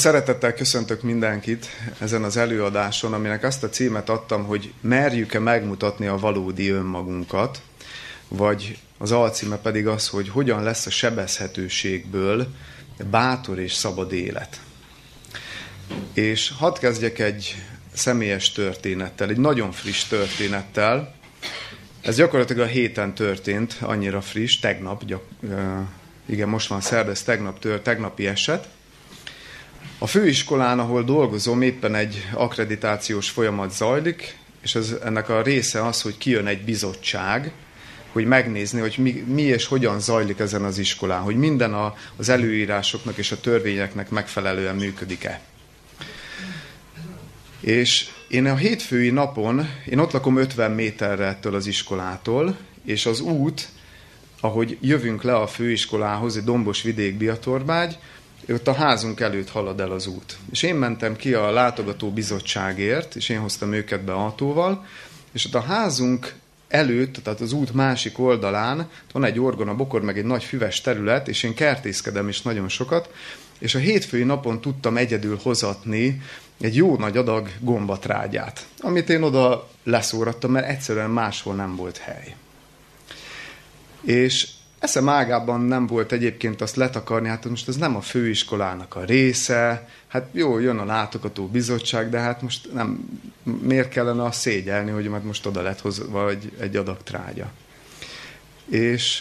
Szeretettel köszöntök mindenkit ezen az előadáson, aminek azt a címet adtam, hogy merjük-e megmutatni a valódi önmagunkat, vagy az alcíme pedig az, hogy hogyan lesz a sebezhetőségből bátor és szabad élet. És hadd kezdjek egy személyes történettel, egy nagyon friss történettel. Ez gyakorlatilag a héten történt, annyira friss, tegnap, igen, most van szerda, ez tegnapi eset. A főiskolán, ahol dolgozom, éppen egy akkreditációs folyamat zajlik, és ennek a része az, hogy kijön egy bizottság, hogy megnézni, hogy mi és hogyan zajlik ezen az iskolán, hogy minden az előírásoknak és a törvényeknek megfelelően működik-e. És én a hétfői napon, én ott lakom 50 méterre ettől az iskolától, és az út, ahogy jövünk le a főiskolához, egy dombos vidék Biatorbágy, ott a házunk előtt halad el az út. És én mentem ki a látogató bizottságért, és én hoztam őket be autóval, és ott a házunk előtt, tehát az út másik oldalán van egy orgonabokor, meg egy nagy füves terület, és én kertészkedem is nagyon sokat, és a hétfői napon tudtam egyedül hozatni egy jó nagy adag gombatrágyát, amit én oda leszórattam, mert egyszerűen máshol nem volt hely. És eszem ágában nem volt egyébként azt letakarni, hát most ez nem a főiskolának a része, hát jó, jön a látogató bizottság, de hát most nem, miért kellene azt szégyelni, hogy most oda lett hozva egy adag trágya. És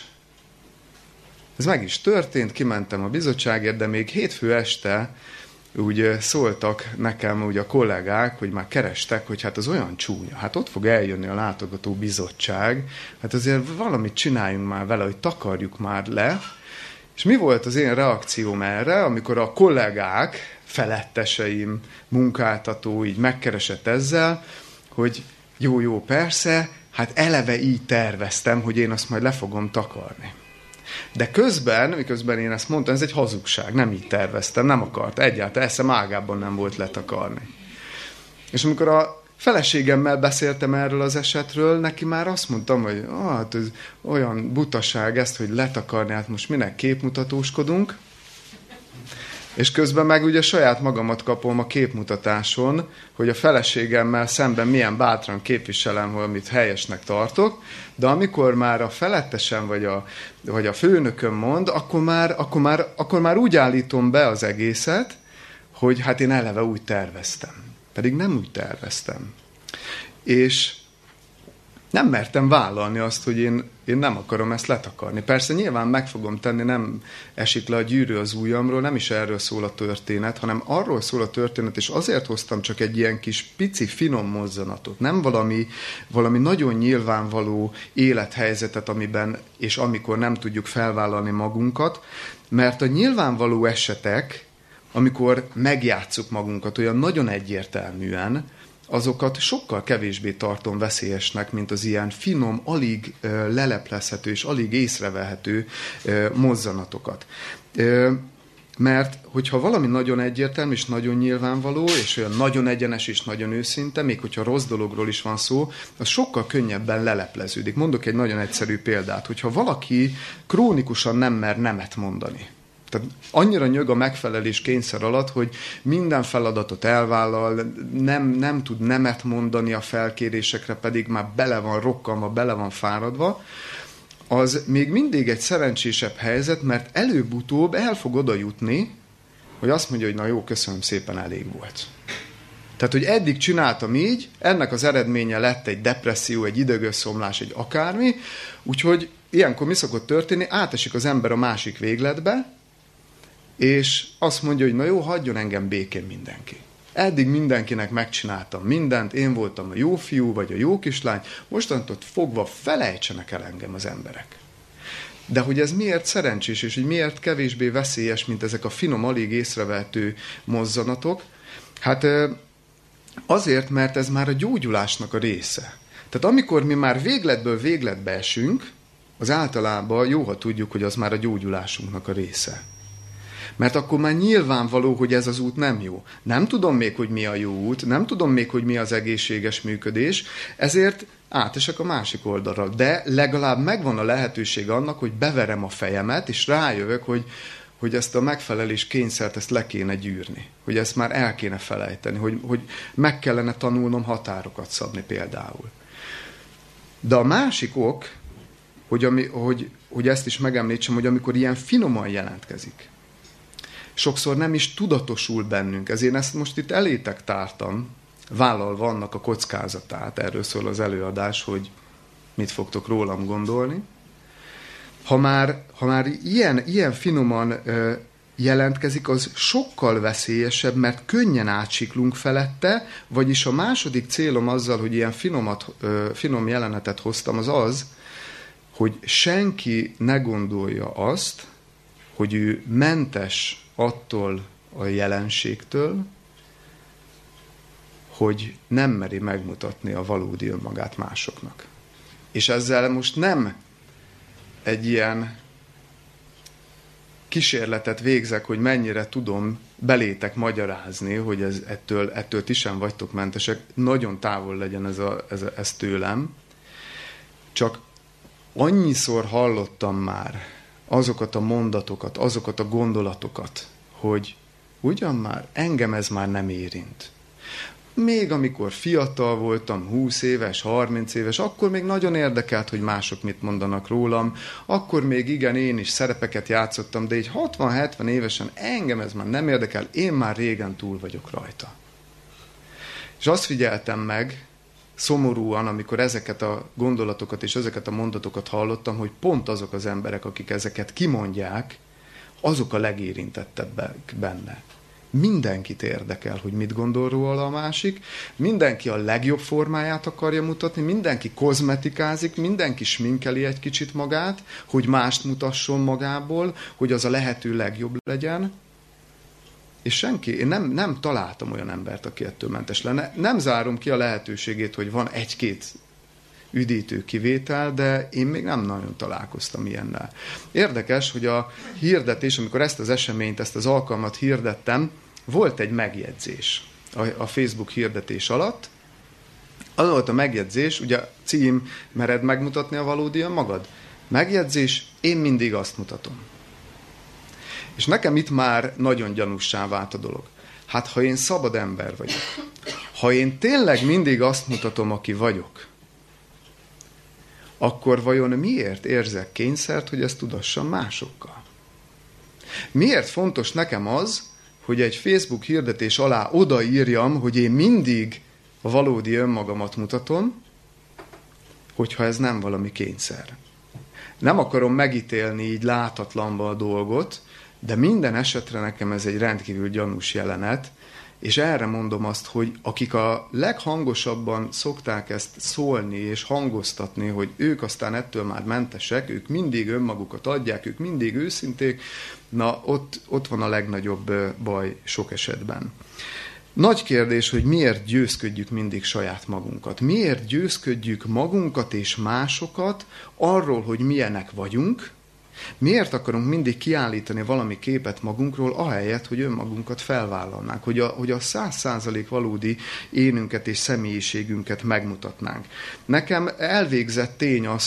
ez meg is történt, kimentem a bizottságért, de még hétfő este úgy szóltak nekem úgy a kollégák, hogy már kerestek, hogy hát az olyan csúnya, hát ott fog eljönni a látogató bizottság, hát azért valamit csináljunk már vele, hogy takarjuk már le. És mi volt az én reakcióm erre, amikor a kollégák, feletteseim, munkáltató így megkeresett ezzel, hogy jó, persze, hát eleve így terveztem, hogy én azt majd le fogom takarni. De miközben én ezt mondtam, ez egy hazugság, nem így terveztem, nem akart, egyáltalán eszem ágában nem volt letakarni. És amikor a feleségemmel beszéltem erről az esetről, neki már azt mondtam, hogy hát ez olyan butaság ezt, hogy letakarni, hát most minek képmutatóskodunk. És közben meg ugye saját magamat kapom a képmutatáson, hogy a feleségemmel szemben milyen bátran képviselem, amit helyesnek tartok, de amikor már a felettesem vagy a főnököm mond, akkor már úgy állítom be az egészet, hogy hát én eleve úgy terveztem. Pedig nem úgy terveztem. És nem mertem vállalni azt, hogy én nem akarom ezt letakarni. Persze nyilván meg fogom tenni, nem esik le a gyűrű az ujjamról, nem is erről szól a történet, hanem arról szól a történet, és azért hoztam csak egy ilyen kis pici, finom mozzanatot. Nem valami nagyon nyilvánvaló élethelyzetet, amiben és amikor nem tudjuk felvállalni magunkat, mert a nyilvánvaló esetek, amikor megjátsszuk magunkat olyan nagyon egyértelműen, azokat sokkal kevésbé tartom veszélyesnek, mint az ilyen finom, alig leleplezhető és alig észrevehető mozzanatokat. Mert hogyha valami nagyon egyértelmű és nagyon nyilvánvaló, és olyan nagyon egyenes és nagyon őszinte, még hogyha rossz dologról is van szó, az sokkal könnyebben lelepleződik. Mondok egy nagyon egyszerű példát, hogyha valaki krónikusan nem mer nemet mondani, tehát annyira nyög a megfelelés kényszer alatt, hogy minden feladatot elvállal, nem tud nemet mondani a felkérésekre, pedig már bele van rokkanva, bele van fáradva, az még mindig egy szerencsésebb helyzet, mert előbb-utóbb el fog oda jutni, hogy azt mondja, hogy na jó, köszönöm szépen, elég volt. Tehát, hogy eddig csináltam így, ennek az eredménye lett egy depresszió, egy idegösszomlás, egy akármi, úgyhogy ilyenkor mi szokott történni, átesik az ember a másik végletbe, és azt mondja, hogy na jó, hagyjon engem békén mindenki. Eddig mindenkinek megcsináltam mindent, én voltam a jó fiú, vagy a jó kislány, mostantól fogva felejtsenek el engem az emberek. De hogy ez miért szerencsés, és hogy miért kevésbé veszélyes, mint ezek a finom, alig észrevehető mozzanatok? Hát azért, mert ez már a gyógyulásnak a része. Tehát amikor mi már végletből végletbe esünk, az általában jó, ha tudjuk, hogy az már a gyógyulásunknak a része. Mert akkor már nyilvánvaló, hogy ez az út nem jó. Nem tudom még, hogy mi a jó út, nem tudom még, hogy mi az egészséges működés, ezért átesek a másik oldalra. De legalább megvan a lehetőség annak, hogy beverem a fejemet, és rájövök, hogy ezt a megfelelés kényszert ezt le kéne gyűrni, hogy ezt már el kéne felejteni, hogy meg kellene tanulnom határokat szabni például. De a másik ok, hogy ezt is megemlítsem, hogy amikor ilyen finoman jelentkezik, sokszor nem is tudatosul bennünk, ezért ezt most itt elétek tártam, vállalva annak a kockázatát, erről szól az előadás, hogy mit fogtok rólam gondolni. Ha már ilyen finoman jelentkezik, az sokkal veszélyesebb, mert könnyen átsiklunk felette, vagyis a második célom azzal, hogy ilyen finom jelenetet hoztam, az, hogy senki ne gondolja azt, hogy ő mentes attól a jelenségtől, hogy nem meri megmutatni a valódi önmagát másoknak. És ezzel most nem egy ilyen kísérletet végzek, hogy mennyire tudom belétek magyarázni, hogy ettől ti sem vagytok mentesek, nagyon távol legyen ez tőlem. Csak annyiszor hallottam már azokat a mondatokat, azokat a gondolatokat, hogy ugyan már engem ez már nem érint. Még amikor fiatal voltam, 20 éves, 30 éves, akkor még nagyon érdekelt, hogy mások mit mondanak rólam, akkor még igen, én is szerepeket játszottam, de így 60-70 évesen engem ez már nem érdekel, én már régen túl vagyok rajta. És azt figyeltem meg, szomorúan, amikor ezeket a gondolatokat és ezeket a mondatokat hallottam, hogy pont azok az emberek, akik ezeket kimondják, azok a legérintettebbek benne. Mindenkit érdekel, hogy mit gondol róla a másik, mindenki a legjobb formáját akarja mutatni, mindenki kozmetikázik, mindenki sminkeli egy kicsit magát, hogy mást mutasson magából, hogy az a lehető legjobb legyen. És én nem találtam olyan embert, aki ettől mentes lenne. Nem zárom ki a lehetőségét, hogy van egy-két üdítő kivétel, de én még nem nagyon találkoztam ilyennel. Érdekes, hogy a hirdetés, amikor ezt az eseményt, ezt az alkalmat hirdettem, volt egy megjegyzés a Facebook hirdetés alatt. Az volt a megjegyzés, ugye cím, mered megmutatni a valódi önmagad? Megjegyzés, én mindig azt mutatom. És nekem itt már nagyon gyanússá vált a dolog. Hát, ha én szabad ember vagyok, ha én tényleg mindig azt mutatom, aki vagyok, akkor vajon miért érzek kényszert, hogy ezt tudassam másokkal? Miért fontos nekem az, hogy egy Facebook hirdetés alá odaírjam, hogy én mindig a valódi önmagamat mutatom, hogyha ez nem valami kényszer? Nem akarom megítélni így látatlanba a dolgot, de minden esetre nekem ez egy rendkívül gyanús jelenet, és erre mondom azt, hogy akik a leghangosabban szokták ezt szólni és hangoztatni, hogy ők aztán ettől már mentesek, ők mindig önmagukat adják, ők mindig őszinték, na ott van a legnagyobb baj sok esetben. Nagy kérdés, hogy miért győzködjük mindig saját magunkat. Miért győzködjük magunkat és másokat arról, hogy milyenek vagyunk. Miért akarunk mindig kiállítani valami képet magunkról, ahelyett, hogy önmagunkat felvállalnánk, hogy a 100% valódi énünket és személyiségünket megmutatnánk. Nekem elvégzett tény az,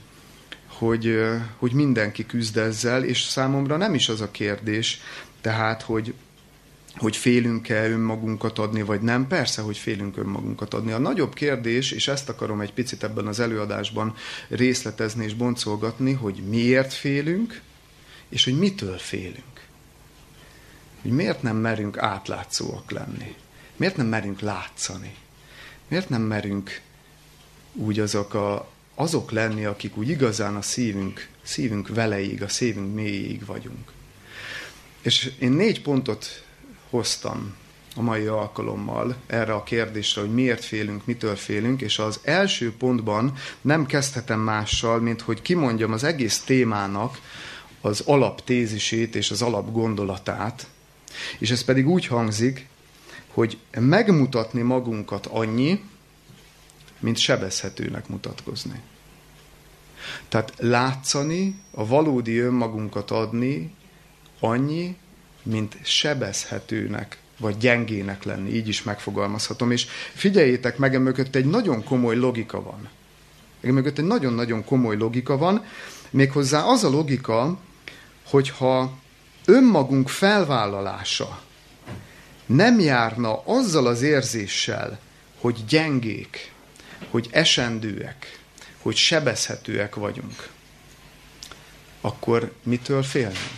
hogy mindenki küzd ezzel, és számomra nem is az a kérdés, tehát, hogy félünk-e önmagunkat adni, vagy nem. Persze, hogy félünk önmagunkat adni. A nagyobb kérdés, és ezt akarom egy picit ebben az előadásban részletezni és boncolgatni, hogy miért félünk, és hogy mitől félünk. Hogy miért nem merünk átlátszóak lenni. Miért nem merünk látszani. Miért nem merünk úgy azok lenni, akik úgy igazán a szívünk veleig, a szívünk mélyéig vagyunk. És én 4 pontot hoztam a mai alkalommal erre a kérdésre, hogy miért félünk, mitől félünk, és az első pontban nem kezdhetem mással, mint hogy kimondjam az egész témának az alaptézisét és az alapgondolatát, és ez pedig úgy hangzik, hogy megmutatni magunkat annyi, mint sebezhetőnek mutatkozni. Tehát látszani, a valódi önmagunkat adni annyi, mint sebezhetőnek, vagy gyengének lenni, így is megfogalmazhatom. És figyeljétek meg, mögött egy nagyon komoly logika van. Mögött egy nagyon-nagyon komoly logika van, méghozzá az a logika, hogyha önmagunk felvállalása nem járna azzal az érzéssel, hogy gyengék, hogy esendőek, hogy sebezhetőek vagyunk, akkor mitől félnénk?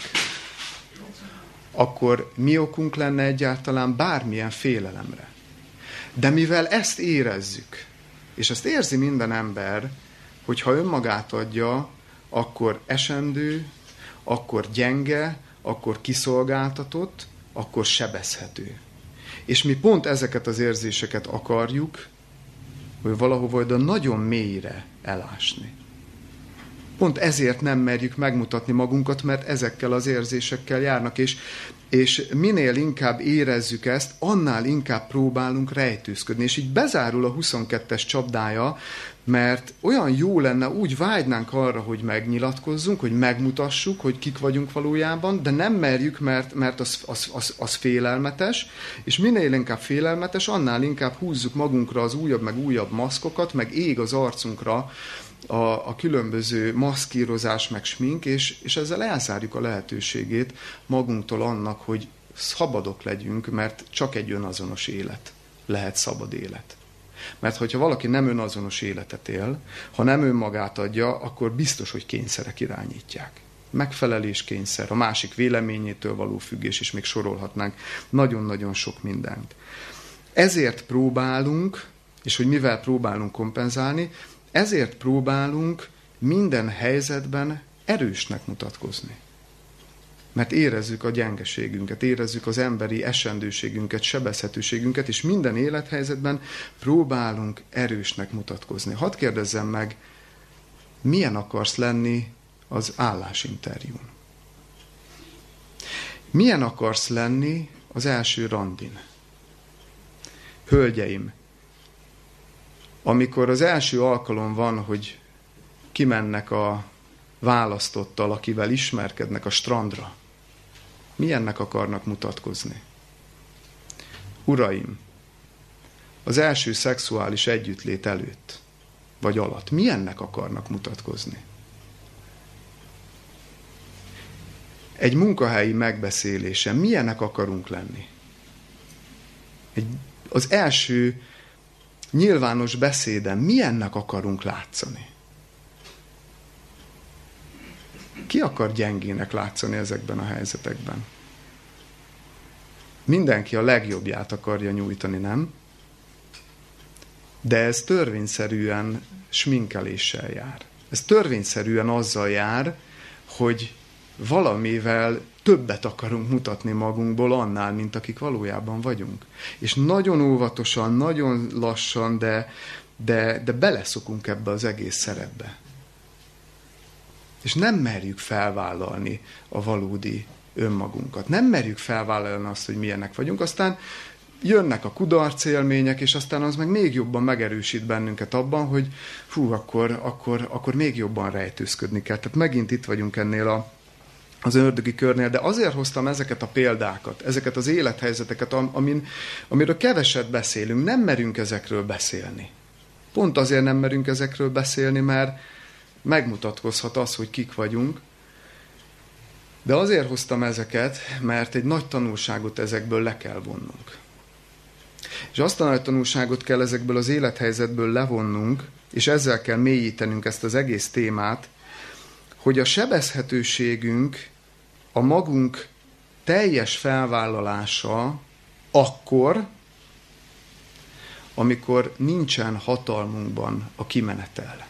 Akkor mi okunk lenne egyáltalán bármilyen félelemre? De mivel ezt érezzük, és ezt érzi minden ember, hogy ha önmagát adja, akkor esendő, akkor gyenge, akkor kiszolgáltatott, akkor sebezhető. És mi pont ezeket az érzéseket akarjuk, hogy valahova oda nagyon mélyre elásni. Pont ezért nem merjük megmutatni magunkat, mert ezekkel az érzésekkel járnak, és minél inkább érezzük ezt, annál inkább próbálunk rejtőzködni. És így bezárul a 22-es csapdája, mert olyan jó lenne, úgy vágynánk arra, hogy megnyilatkozzunk, hogy megmutassuk, hogy kik vagyunk valójában, de nem merjük, mert az félelmetes, és minél inkább félelmetes, annál inkább húzzuk magunkra az újabb meg újabb maszkokat, meg ég az arcunkra a különböző maszkírozás, meg smink, és ezzel elzárjuk a lehetőségét magunktól annak, hogy szabadok legyünk, mert csak egy önazonos élet lehet szabad élet. Mert hogyha valaki nem önazonos életet él, ha nem önmagát adja, akkor biztos, hogy kényszerek irányítják. Megfeleléskényszer, a másik véleményétől való függés, és még sorolhatnánk nagyon-nagyon sok mindent. Ezért próbálunk, és hogy mivel próbálunk kompenzálni, ezért próbálunk minden helyzetben erősnek mutatkozni. Mert érezzük a gyengeségünket, érezzük az emberi esendőségünket, sebezhetőségünket, és minden élethelyzetben próbálunk erősnek mutatkozni. Hadd kérdezzem meg, milyen akarsz lenni az állásinterjún? Milyen akarsz lenni az első randin? Hölgyeim, amikor az első alkalom van, hogy kimennek a választottal, akivel ismerkednek a strandra, milyennek akarnak mutatkozni? Uraim, az első szexuális együttlét előtt, vagy alatt, milyennek akarnak mutatkozni? Egy munkahelyi megbeszélésen milyennek akarunk lenni? Az első nyilvános beszéden milyennek akarunk látszani? Ki akar gyengének látszani ezekben a helyzetekben? Mindenki a legjobbját akarja nyújtani, nem? De ez törvényszerűen sminkeléssel jár. Ez törvényszerűen azzal jár, hogy valamivel többet akarunk mutatni magunkból annál, mint akik valójában vagyunk. És nagyon óvatosan, nagyon lassan, de beleszokunk ebbe az egész szerepbe. És nem merjük felvállalni a valódi önmagunkat. Nem merjük felvállalni azt, hogy milyenek vagyunk. Aztán jönnek a kudarcélmények, és aztán az meg még jobban megerősít bennünket abban, hogy akkor még jobban rejtőzködni kell. Tehát megint itt vagyunk ennél az ördögi körnél, de azért hoztam ezeket a példákat, ezeket az élethelyzeteket, amiről keveset beszélünk, nem merünk ezekről beszélni. Pont azért nem merünk ezekről beszélni, mert megmutatkozhat az, hogy kik vagyunk, de azért hoztam ezeket, mert egy nagy tanulságot ezekből le kell vonnunk. És azt a nagy tanulságot kell ezekből az élethelyzetből levonnunk, és ezzel kell mélyítenünk ezt az egész témát, hogy a sebezhetőségünk, a magunk teljes felvállalása akkor, amikor nincsen hatalmunkban a kimenetel.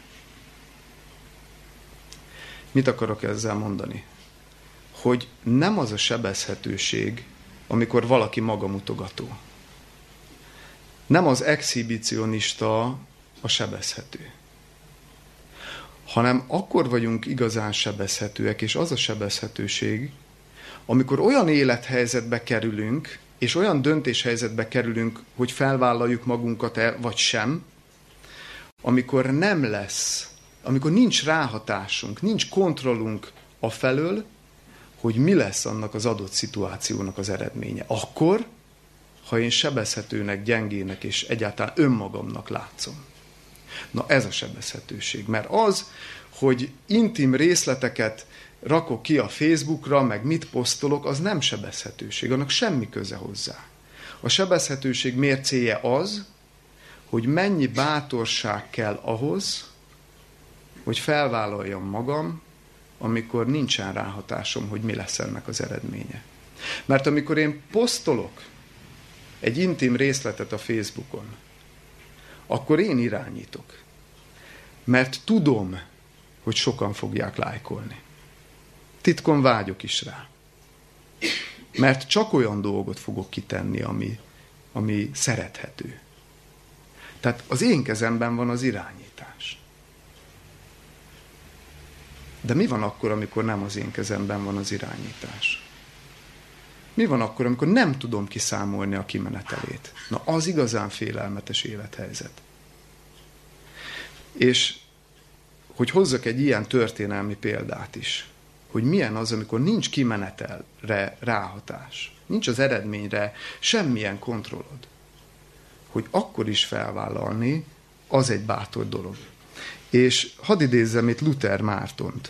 Mit akarok ezzel mondani? Hogy nem az a sebezhetőség, amikor valaki magamutogató. Nem az exhibicionista a sebezhető. Hanem akkor vagyunk igazán sebezhetőek, és az a sebezhetőség, amikor olyan élethelyzetbe kerülünk, és olyan döntéshelyzetbe kerülünk, hogy felvállaljuk magunkat-e, vagy sem, amikor nem lesz, amikor nincs ráhatásunk, nincs kontrollunk afelől, hogy mi lesz annak az adott szituációnak az eredménye. Akkor, ha én sebezhetőnek, gyengének és egyáltalán önmagamnak látszom. Na ez a sebezhetőség, mert az, hogy intim részleteket rakok ki a Facebookra, meg mit posztolok, az nem sebezhetőség, annak semmi köze hozzá. A sebezhetőség mércéje az, hogy mennyi bátorság kell ahhoz, hogy felvállaljam magam, amikor nincsen ráhatásom, hogy mi lesz ennek az eredménye. Mert amikor én posztolok egy intim részletet a Facebookon, akkor én irányítok. Mert tudom, hogy sokan fogják lájkolni. Titkon vágyok is rá. Mert csak olyan dolgot fogok kitenni, ami szerethető. Tehát az én kezemben van az irányítás. De mi van akkor, amikor nem az én kezemben van az irányítás? Mi van akkor, amikor nem tudom kiszámolni a kimenetelét? Na, az igazán félelmetes élethelyzet. És hogy hozzak egy ilyen történelmi példát is, hogy milyen az, amikor nincs kimenetelre ráhatás, nincs az eredményre semmilyen kontrollod, hogy akkor is felvállalni, az egy bátor dolog. És hadd idézzem itt Luther Mártont.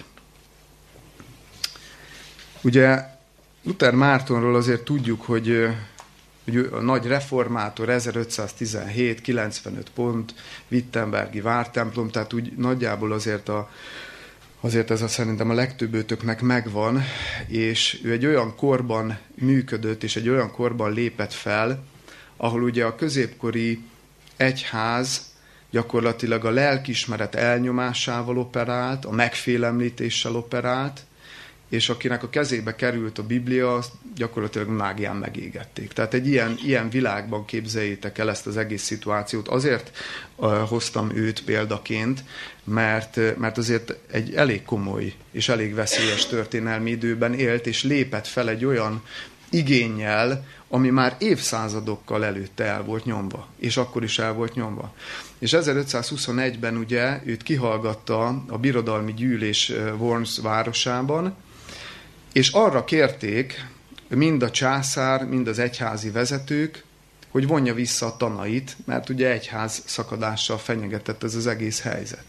Ugye Luther Mártonról azért tudjuk, hogy a nagy reformátor, 1517, 95 pont, Wittenbergi vártemplom, tehát úgy nagyjából azért ez szerintem a legtöbbőtöknek megvan, és ő egy olyan korban működött, és egy olyan korban lépett fel, ahol ugye a középkori egyház gyakorlatilag a lelkiismeret elnyomásával operált, a megfélemlítéssel operált, és akinek a kezébe került a Biblia, azt gyakorlatilag mágián megégették. Tehát egy ilyen világban képzeljétek el ezt az egész szituációt. Azért hoztam őt példaként, mert azért egy elég komoly és elég veszélyes történelmi időben élt, és lépett fel egy olyan igénnyel, ami már évszázadokkal előtte el volt nyomva, és akkor is el volt nyomva. És 1521-ben ugye őt kihallgatta a birodalmi gyűlés Worms városában, és arra kérték mind a császár, mind az egyházi vezetők, hogy vonja vissza a tanait, mert ugye egyház szakadással fenyegetett ez az egész helyzet.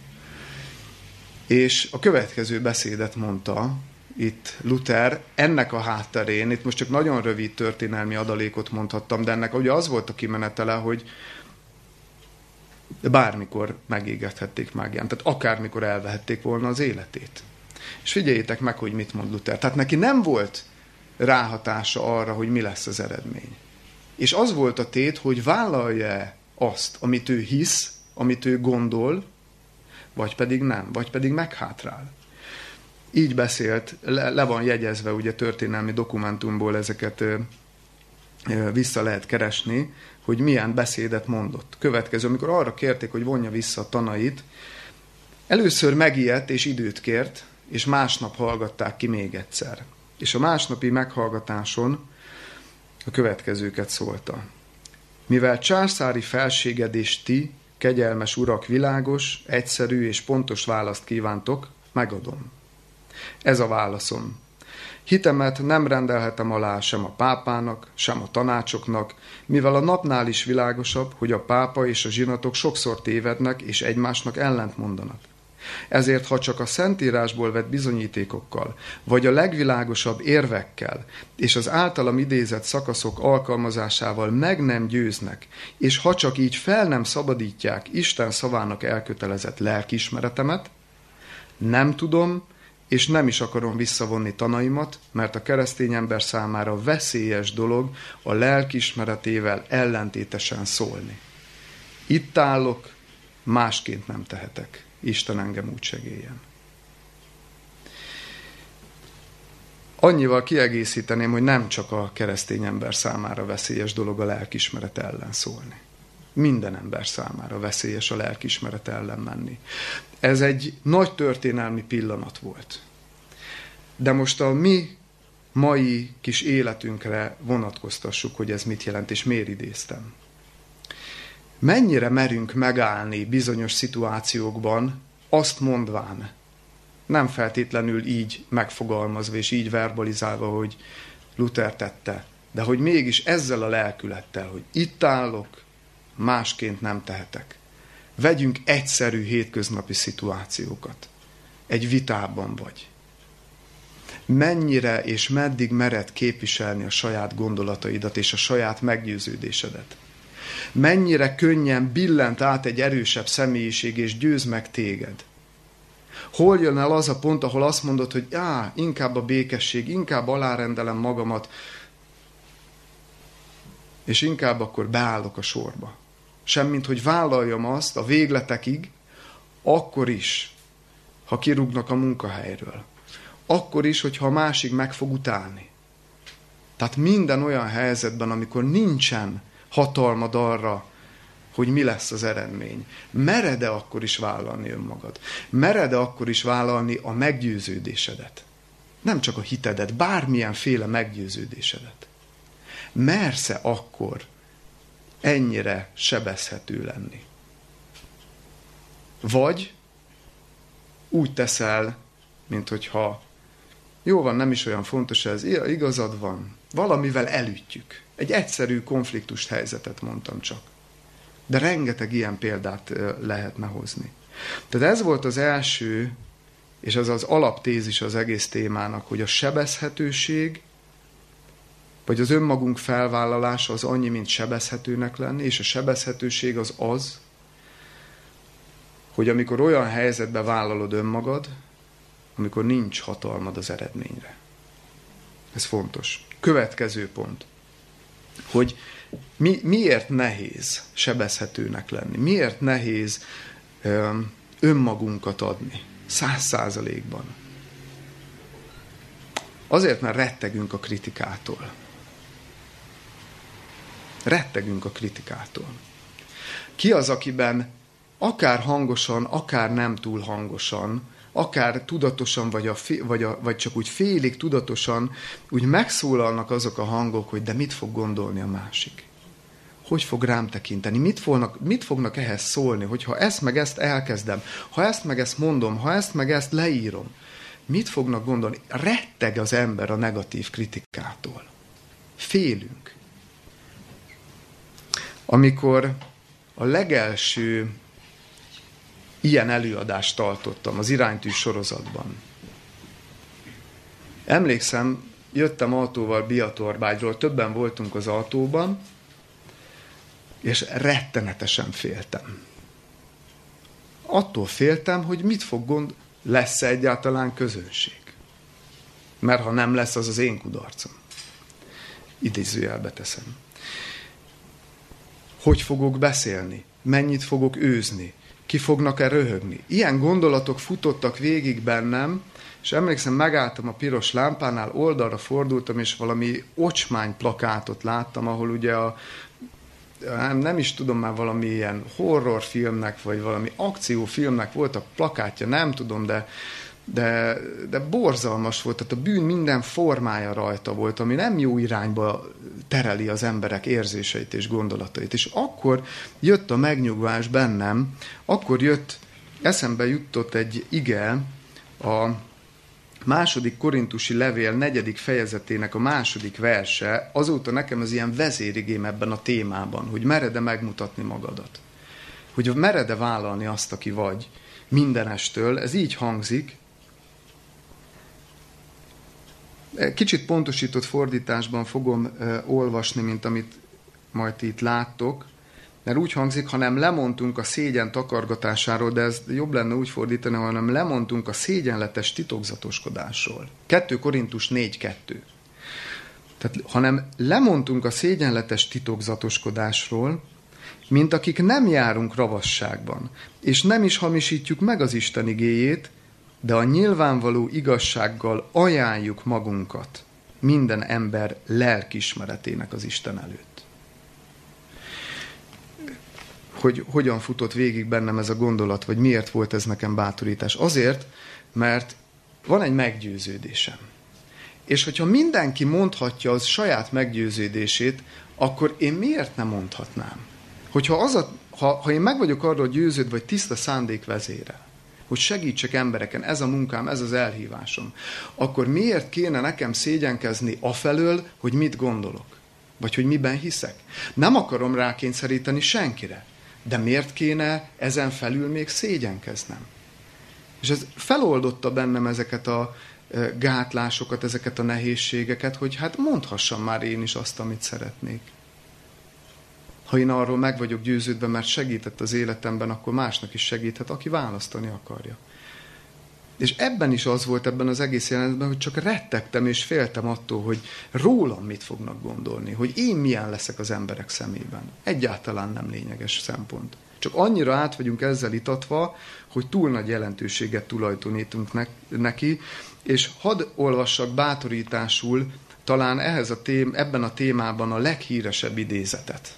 És a következő beszédet mondta itt Luther, ennek a hátterén, itt most csak nagyon rövid történelmi adalékot mondhattam, de ennek ugye az volt a kimenetele, hogy bármikor megégethették mágián, tehát akármikor elvehették volna az életét. És figyeljétek meg, hogy mit mond Luther. Tehát neki nem volt ráhatása arra, hogy mi lesz az eredmény. És az volt a tét, hogy vállalja azt, amit ő hisz, amit ő gondol, vagy pedig nem, vagy pedig meghátrál. Így beszélt, le van jegyezve ugye történelmi dokumentumból, ezeket vissza lehet keresni, hogy milyen beszédet mondott. Következő, amikor arra kérték, hogy vonja vissza a tanait, először megijedt és időt kért, és másnap hallgatták ki még egyszer. És a másnapi meghallgatáson a következőket szólta. Mivel császári felséged és ti, kegyelmes urak, világos, egyszerű és pontos választ kívántok, megadom. Ez a válaszom. Hitemet nem rendelhetem alá sem a pápának, sem a tanácsoknak, mivel a napnál is világosabb, hogy a pápa és a zsinatok sokszor tévednek és egymásnak ellent mondanak. Ezért, ha csak a Szentírásból vett bizonyítékokkal, vagy a legvilágosabb érvekkel, és az általam idézett szakaszok alkalmazásával meg nem győznek, és ha csak így fel nem szabadítják Isten szavának elkötelezett lelkiismeretemet, nem tudom, és nem is akarom visszavonni tanaimat, mert a keresztény ember számára veszélyes dolog a lelkiismeretével ellentétesen szólni. Itt állok, másként nem tehetek. Isten engem úgy segéljen. Annyival kiegészíteném, hogy nem csak a keresztény ember számára veszélyes dolog a lelkiismeret ellen szólni. Minden ember számára veszélyes a lelkiismeret ellen menni. Ez egy nagy történelmi pillanat volt. De most a mi mai kis életünkre vonatkoztassuk, hogy ez mit jelent, és miért idéztem. Mennyire merünk megállni bizonyos szituációkban, azt mondván, nem feltétlenül így megfogalmazva és így verbalizálva, hogy Luther tette, de hogy mégis ezzel a lelkülettel, hogy itt állok, másként nem tehetek. Vegyünk egyszerű hétköznapi szituációkat. Egy vitában vagy. Mennyire és meddig mered képviselni a saját gondolataidat és a saját meggyőződésedet. Mennyire könnyen billent át egy erősebb személyiség és győz meg téged. Hol jön el az a pont, ahol azt mondod, hogy inkább a békesség, inkább alárendelem magamat, és inkább akkor beállok a sorba. Semmint, hogy vállaljam azt a végletekig, akkor is, ha kirúgnak a munkahelyről. Akkor is, hogyha a másik meg fog utálni. Tehát minden olyan helyzetben, amikor nincsen hatalmad arra, hogy mi lesz az eredmény. Mered-e akkor is vállalni önmagad? Mered-e akkor is vállalni a meggyőződésedet? Nem csak a hitedet, bármilyenféle meggyőződésedet. Mersz-e akkor ennyire sebezhető lenni? Vagy úgy teszel, mint hogyha jó van, nem is olyan fontos ez, igazad van, valamivel elütjük. Egy egyszerű konfliktus helyzetet mondtam csak. De rengeteg ilyen példát lehetne hozni. Tehát ez volt az első, és ez az alaptézis az egész témának, hogy a sebezhetőség, vagy az önmagunk felvállalása az annyi, mint sebezhetőnek lenni, és a sebezhetőség az, hogy amikor olyan helyzetbe vállalod önmagad, amikor nincs hatalmad az eredményre. Ez fontos. Következő pont, hogy miért nehéz sebezhetőnek lenni? Miért nehéz önmagunkat adni 100%-ban? Azért, mert rettegünk a kritikától. Rettegünk a kritikától. Ki az, akiben akár hangosan, akár nem túl hangosan, akár tudatosan, vagy csak úgy félig tudatosan, úgy megszólalnak azok a hangok, hogy de mit fog gondolni a másik? Hogy fog rám tekinteni? Mit fognak ehhez szólni? Hogyha ezt meg ezt elkezdem, ha ezt meg ezt mondom, ha ezt meg ezt leírom, mit fognak gondolni? Retteg az ember a negatív kritikától. Félünk. Amikor a legelső ilyen előadást tartottam az Iránytű sorozatban. Emlékszem, jöttem autóval Biatorbágyról, többen voltunk az autóban, és rettenetesen féltem. Attól féltem, hogy mit fog lesz-e egyáltalán közönség. Mert ha nem lesz, az az én kudarcom. Idézőjelbe teszem. Hogy fogok beszélni? Mennyit fogok őzni? Ki fognak-e röhögni? Ilyen gondolatok futottak végig bennem, és emlékszem, megálltam a piros lámpánál, oldalra fordultam, és valami ocsmány plakátot láttam, ahol ugye nem is tudom már, valami ilyen horrorfilmnek, vagy valami akciófilmnek volt a plakátja, nem tudom, de borzalmas volt, tehát a bűn minden formája rajta volt, ami nem jó irányba tereli az emberek érzéseit és gondolatait. És akkor jött a megnyugvás bennem, akkor eszembe jutott egy ige, a 2. Korintusi levél 4. fejezetének a 2. verse, azóta nekem az ilyen vezérigém ebben a témában, hogy mered-e megmutatni magadat. Hogy mered-e vállalni azt, aki vagy mindenestől. Ez így hangzik. Kicsit pontosított fordításban fogom olvasni, mint amit majd itt láttok, mert úgy hangzik, hanem lemondtunk a szégyen takargatásáról, de ez jobb lenne úgy fordítani, hanem lemondtunk a szégyenletes titokzatoskodásról. 2 Korintus 4.2. Tehát, hanem lemondtunk a szégyenletes titokzatoskodásról, mint akik nem járunk ravasságban, és nem is hamisítjuk meg az Isten igéjét, de a nyilvánvaló igazsággal ajánljuk magunkat minden ember lelkiismeretének az Isten előtt. Hogy hogyan futott végig bennem ez a gondolat, vagy miért volt ez nekem bátorítás? Azért, mert van egy meggyőződésem. És hogyha mindenki mondhatja az saját meggyőződését, akkor én miért nem mondhatnám? Hogyha ha én meg vagyok arról győződve, vagy tiszta szándék vezérel, hogy segítsek embereken, ez a munkám, ez az elhívásom, akkor miért kéne nekem szégyenkezni afelől, hogy mit gondolok? Vagy hogy miben hiszek? Nem akarom rákényszeríteni senkire. De miért kéne ezen felül még szégyenkeznem? És ez feloldotta bennem ezeket a gátlásokat, ezeket a nehézségeket, hogy hát mondhassam már én is azt, amit szeretnék. Ha én arról meg vagyok győződve, mert segített az életemben, akkor másnak is segíthet, aki választani akarja. És ebben is az volt ebben az egész jelenetben, hogy csak rettegtem és féltem attól, hogy rólam mit fognak gondolni, hogy én milyen leszek az emberek szemében. Egyáltalán nem lényeges szempont. Csak annyira át vagyunk ezzel itatva, hogy túl nagy jelentőséget tulajdonítunk neki, és hadd olvassak bátorításul talán ebben a témában a leghíresebb idézetet.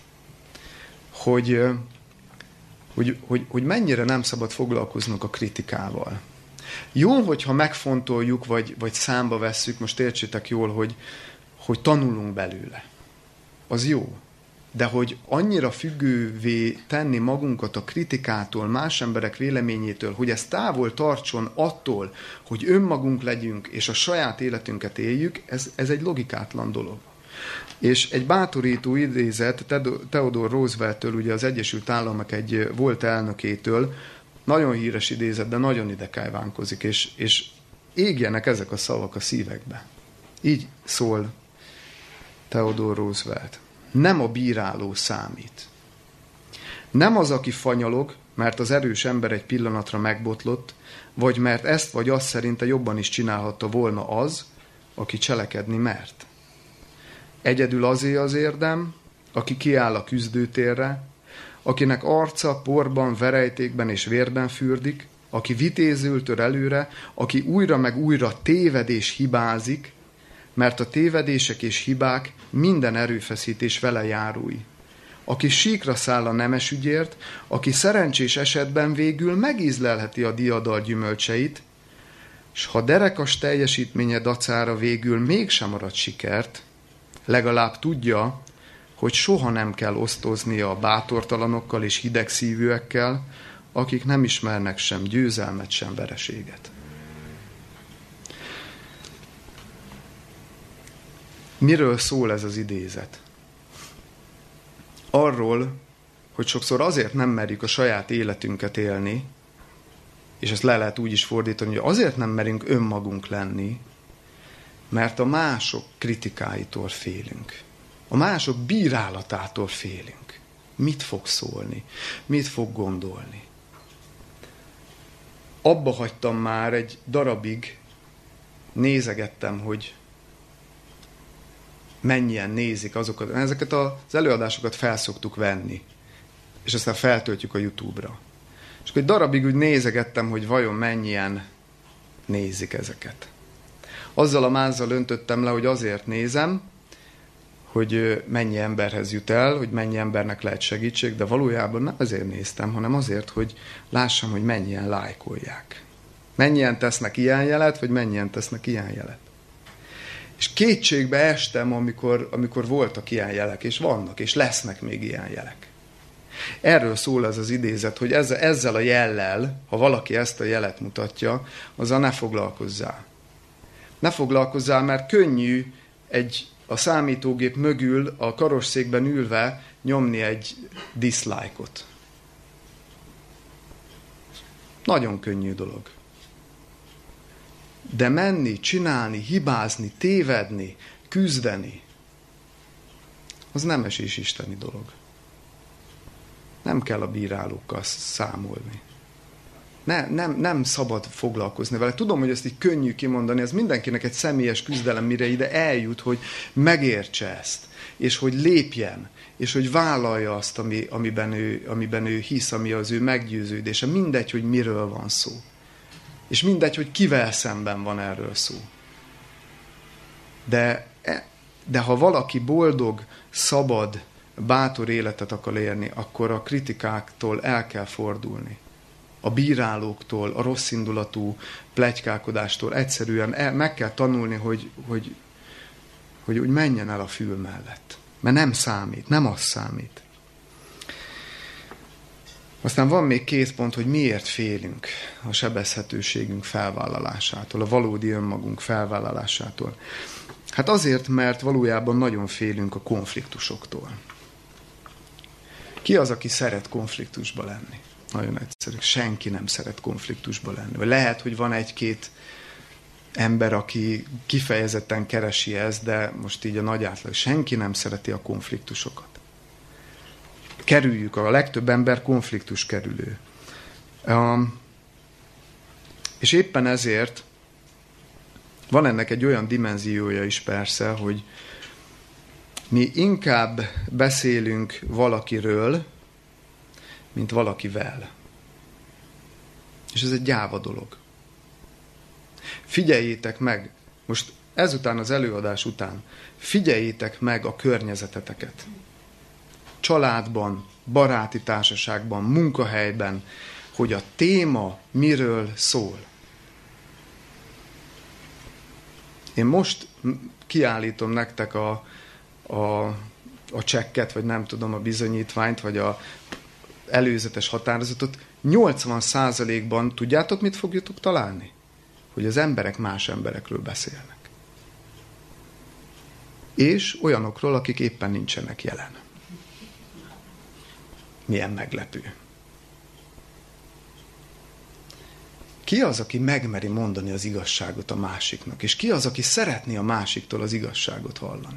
Hogy mennyire nem szabad foglalkoznunk a kritikával. Jó, hogyha megfontoljuk, vagy számba vesszük, most értsétek jól, hogy tanulunk belőle. Az jó. De hogy annyira függővé tenni magunkat a kritikától, más emberek véleményétől, hogy ez távol tartson attól, hogy önmagunk legyünk, és a saját életünket éljük, ez egy logikátlan dolog. És egy bátorító idézet Theodore Roosevelt-től, ugye az Egyesült Államok egy volt elnökétől, nagyon híres idézet, de nagyon ide kívánkozik, és égjenek ezek a szavak a szívekbe. Így szól Theodore Roosevelt. Nem a bíráló számít. Nem az, aki fanyalog, mert az erős ember egy pillanatra megbotlott, vagy mert ezt vagy azt szerinte jobban is csinálhatta volna az, aki cselekedni mert. Egyedül azé az érdem, aki kiáll a küzdőtérre, akinek arca porban, verejtékben és vérben fürdik, aki vitézül tör előre, aki újra meg újra téved és hibázik, mert a tévedések és hibák minden erőfeszítés vele járói. Aki síkra száll a nemes ügyért, aki szerencsés esetben végül megízlelheti a diadal gyümölcseit, s ha derekas teljesítménye dacára végül mégsem arad sikert, legalább tudja, hogy soha nem kell osztoznia a bátortalanokkal és hidegszívűekkel, akik nem ismernek sem győzelmet, sem vereséget. Miről szól ez az idézet? Arról, hogy sokszor azért nem merjük a saját életünket élni, és ezt le lehet úgy is fordítani, hogy azért nem merünk önmagunk lenni, mert a mások kritikáitól félünk. A mások bírálatától félünk. Mit fog szólni? Mit fog gondolni? Abba hagytam már egy darabig, nézegettem, hogy mennyien nézik azokat. Ezeket az előadásokat felszoktuk venni, és aztán feltöltjük a YouTube-ra. És akkor egy darabig úgy nézegettem, hogy vajon mennyien nézik ezeket. Azzal a mázzal öntöttem le, hogy azért nézem, hogy mennyi emberhez jut el, hogy mennyi embernek lehet segítség, de valójában nem azért néztem, hanem azért, hogy lássam, hogy mennyien lájkolják. Mennyien tesznek ilyen jelet, vagy mennyien tesznek ilyen jelet. És kétségbe estem, amikor voltak ilyen jelek, és vannak, és lesznek még ilyen jelek. Erről szól ez az idézet, hogy ezzel a jellel, ha valaki ezt a jelet mutatja, azzal ne foglalkozzál. Ne foglalkozzál, mert könnyű a számítógép mögül a karosszékben ülve nyomni egy dislike-ot. Nagyon könnyű dolog. De menni, csinálni, hibázni, tévedni, küzdeni, az nemesés isteni dolog. Nem kell a bírálókkal számolni. Nem szabad foglalkozni vele. Tudom, hogy ezt így könnyű kimondani, ez mindenkinek egy személyes küzdelem, mire ide eljut, hogy megértse ezt, és hogy lépjen, és hogy vállalja azt, amiben ő hisz, ami az ő meggyőződése. Mindegy, hogy miről van szó. És mindegy, hogy kivel szemben van erről szó. De ha valaki boldog, szabad, bátor életet akar élni, akkor a kritikáktól el kell fordulni. A bírálóktól, a rosszindulatú pletykálkodástól egyszerűen meg kell tanulni, hogy menjen el a fül mellett. Mert nem számít, nem az számít. Aztán van még 2 pont, hogy miért félünk a sebezhetőségünk felvállalásától, a valódi önmagunk felvállalásától. Hát azért, mert valójában nagyon félünk a konfliktusoktól. Ki az, aki szeret konfliktusba lenni? Nagyon egyszerű. Senki nem szeret konfliktusba lenni. Vagy lehet, hogy van 1-2 ember, aki kifejezetten keresi ezt, de most így a nagy átlag, senki nem szereti a konfliktusokat. Kerüljük, a legtöbb ember konfliktus kerülő. És éppen ezért van ennek egy olyan dimenziója is persze, hogy mi inkább beszélünk valakiről, mint valakivel. És ez egy gyáva dolog. Figyeljétek meg, most ezután az előadás után, figyeljétek meg a környezeteteket. Családban, baráti társaságban, munkahelyben, hogy a téma miről szól. Én most kiállítom nektek a csekket, vagy nem tudom, a bizonyítványt, vagy a előzetes határozatot. 80%-ban tudjátok, mit fogjátok találni? Hogy az emberek más emberekről beszélnek. És olyanokról, akik éppen nincsenek jelen. Milyen meglepő. Ki az, aki megmeri mondani az igazságot a másiknak? És ki az, aki szeretné a másiktól az igazságot hallani?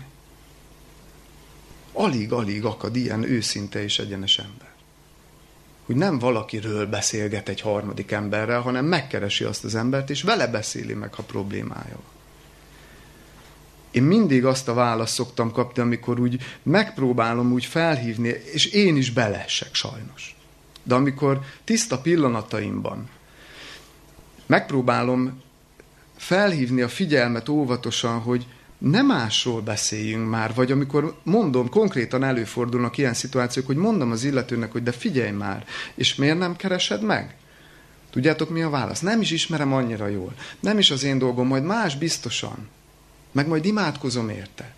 Alig-alig akad ilyen őszinte és egyenes ember. Hogy nem valakiről beszélget egy harmadik emberrel, hanem megkeresi azt az embert, és vele beszéli meg, ha problémája van. Én mindig azt a választ szoktam kapni, amikor úgy megpróbálom úgy felhívni, és én is beleesek sajnos. De amikor tiszta pillanataimban megpróbálom felhívni a figyelmet óvatosan, hogy ne másról beszéljünk már, vagy amikor mondom, konkrétan előfordulnak ilyen szituációk, hogy mondom az illetőnek, hogy de figyelj már, és miért nem keresed meg? Tudjátok, mi a válasz? Nem is ismerem annyira jól. Nem is az én dolgom, majd más biztosan. Meg majd imádkozom érte.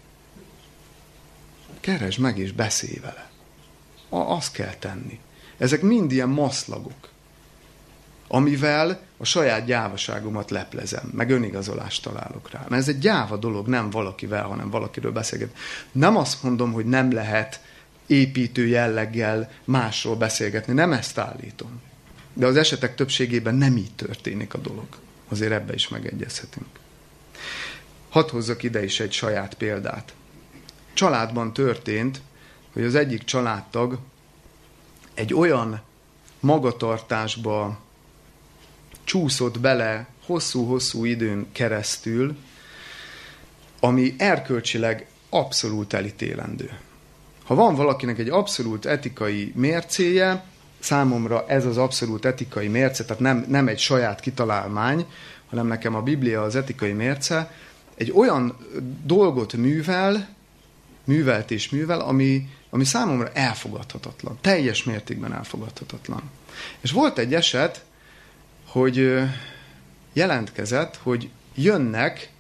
Keresd meg és beszélj vele. Azt kell tenni. Ezek mind ilyen maszlagok, amivel a saját gyávaságomat leplezem, meg önigazolást találok rá. Mert ez egy gyáva dolog, nem valakivel, hanem valakiről beszélget. Nem azt mondom, hogy nem lehet építő jelleggel másról beszélgetni, nem ezt állítom. De az esetek többségében nem így történik a dolog. Azért ebbe is megegyezhetünk. Hadd hozzak ide is egy saját példát. Családban történt, hogy az egyik családtag egy olyan magatartásba csúszott bele hosszú-hosszú időn keresztül, ami erkölcsileg abszolút elítélendő. Ha van valakinek egy abszolút etikai mércéje, számomra ez az abszolút etikai mérce, tehát nem egy saját kitalálmány, hanem nekem a Biblia az etikai mérce, egy olyan dolgot művel, ami számomra elfogadhatatlan, teljes mértékben elfogadhatatlan. És volt egy eset, hogy jelentkezett, hogy jönnek,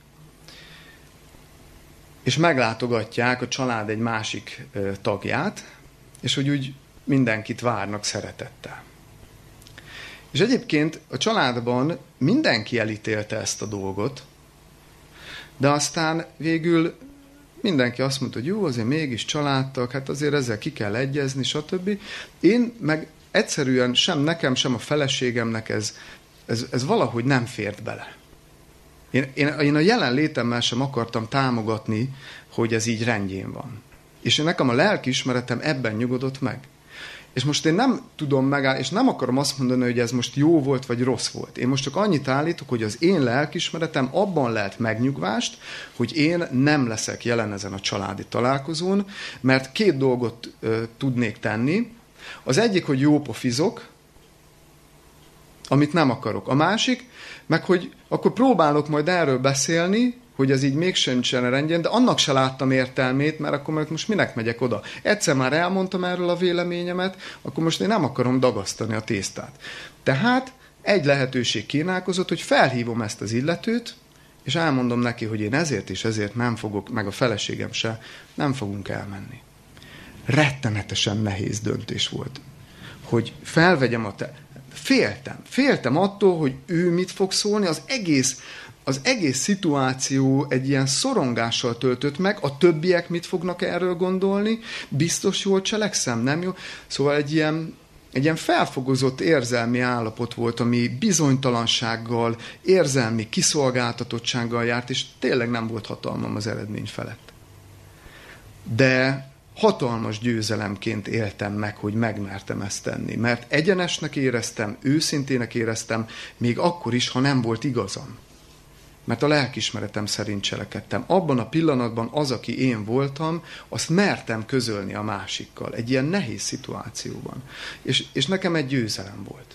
és meglátogatják a család egy másik tagját, és hogy úgy mindenkit várnak szeretettel. És egyébként a családban mindenki elítélte ezt a dolgot, de aztán végül mindenki azt mondta, hogy jó, azért mégis családtag, hát azért ezzel ki kell egyezni, stb. Én meg egyszerűen sem nekem, sem a feleségemnek ez valahogy nem fért bele. Én a jelenlétemmel sem akartam támogatni, hogy ez így rendjén van. És nekem a lelkiismeretem ebben nyugodott meg. És most én nem tudom megállni, és nem akarom azt mondani, hogy ez most jó volt, vagy rossz volt. Én most csak annyit állítok, hogy az én lelkiismeretem abban lehet megnyugvást, hogy én nem leszek jelen ezen a családi találkozón, mert két dolgot tudnék tenni. Az egyik, hogy jópofizok, amit nem akarok. A másik, meg hogy akkor próbálok majd erről beszélni, hogy ez így mégsem nincsen rendjén, de annak se láttam értelmét, mert akkor most minek megyek oda. Egyszer már elmondtam erről a véleményemet, akkor most én nem akarom dagasztani a tésztát. Tehát egy lehetőség kínálkozott, hogy felhívom ezt az illetőt, és elmondom neki, hogy én ezért és ezért nem fogok, meg a feleségem se, nem fogunk elmenni. Rettenetesen nehéz döntés volt, hogy felvegyem Féltem attól, hogy ő mit fog szólni, az egész szituáció egy ilyen szorongással töltött meg, a többiek mit fognak erről gondolni, biztos jól cselekszem, nem jó? Szóval egy ilyen egy ilyen felfogozott érzelmi állapot volt, ami bizonytalansággal, érzelmi kiszolgáltatottsággal járt, és tényleg nem volt hatalmam az eredmény felett. De hatalmas győzelemként éltem meg, hogy megmertem ezt tenni. Mert egyenesnek éreztem, őszintének éreztem, még akkor is, ha nem volt igazam. Mert a lelkiismeretem szerint cselekedtem. Abban a pillanatban az, aki én voltam, azt mertem közölni a másikkal. Egy ilyen nehéz szituációban. És nekem egy győzelem volt.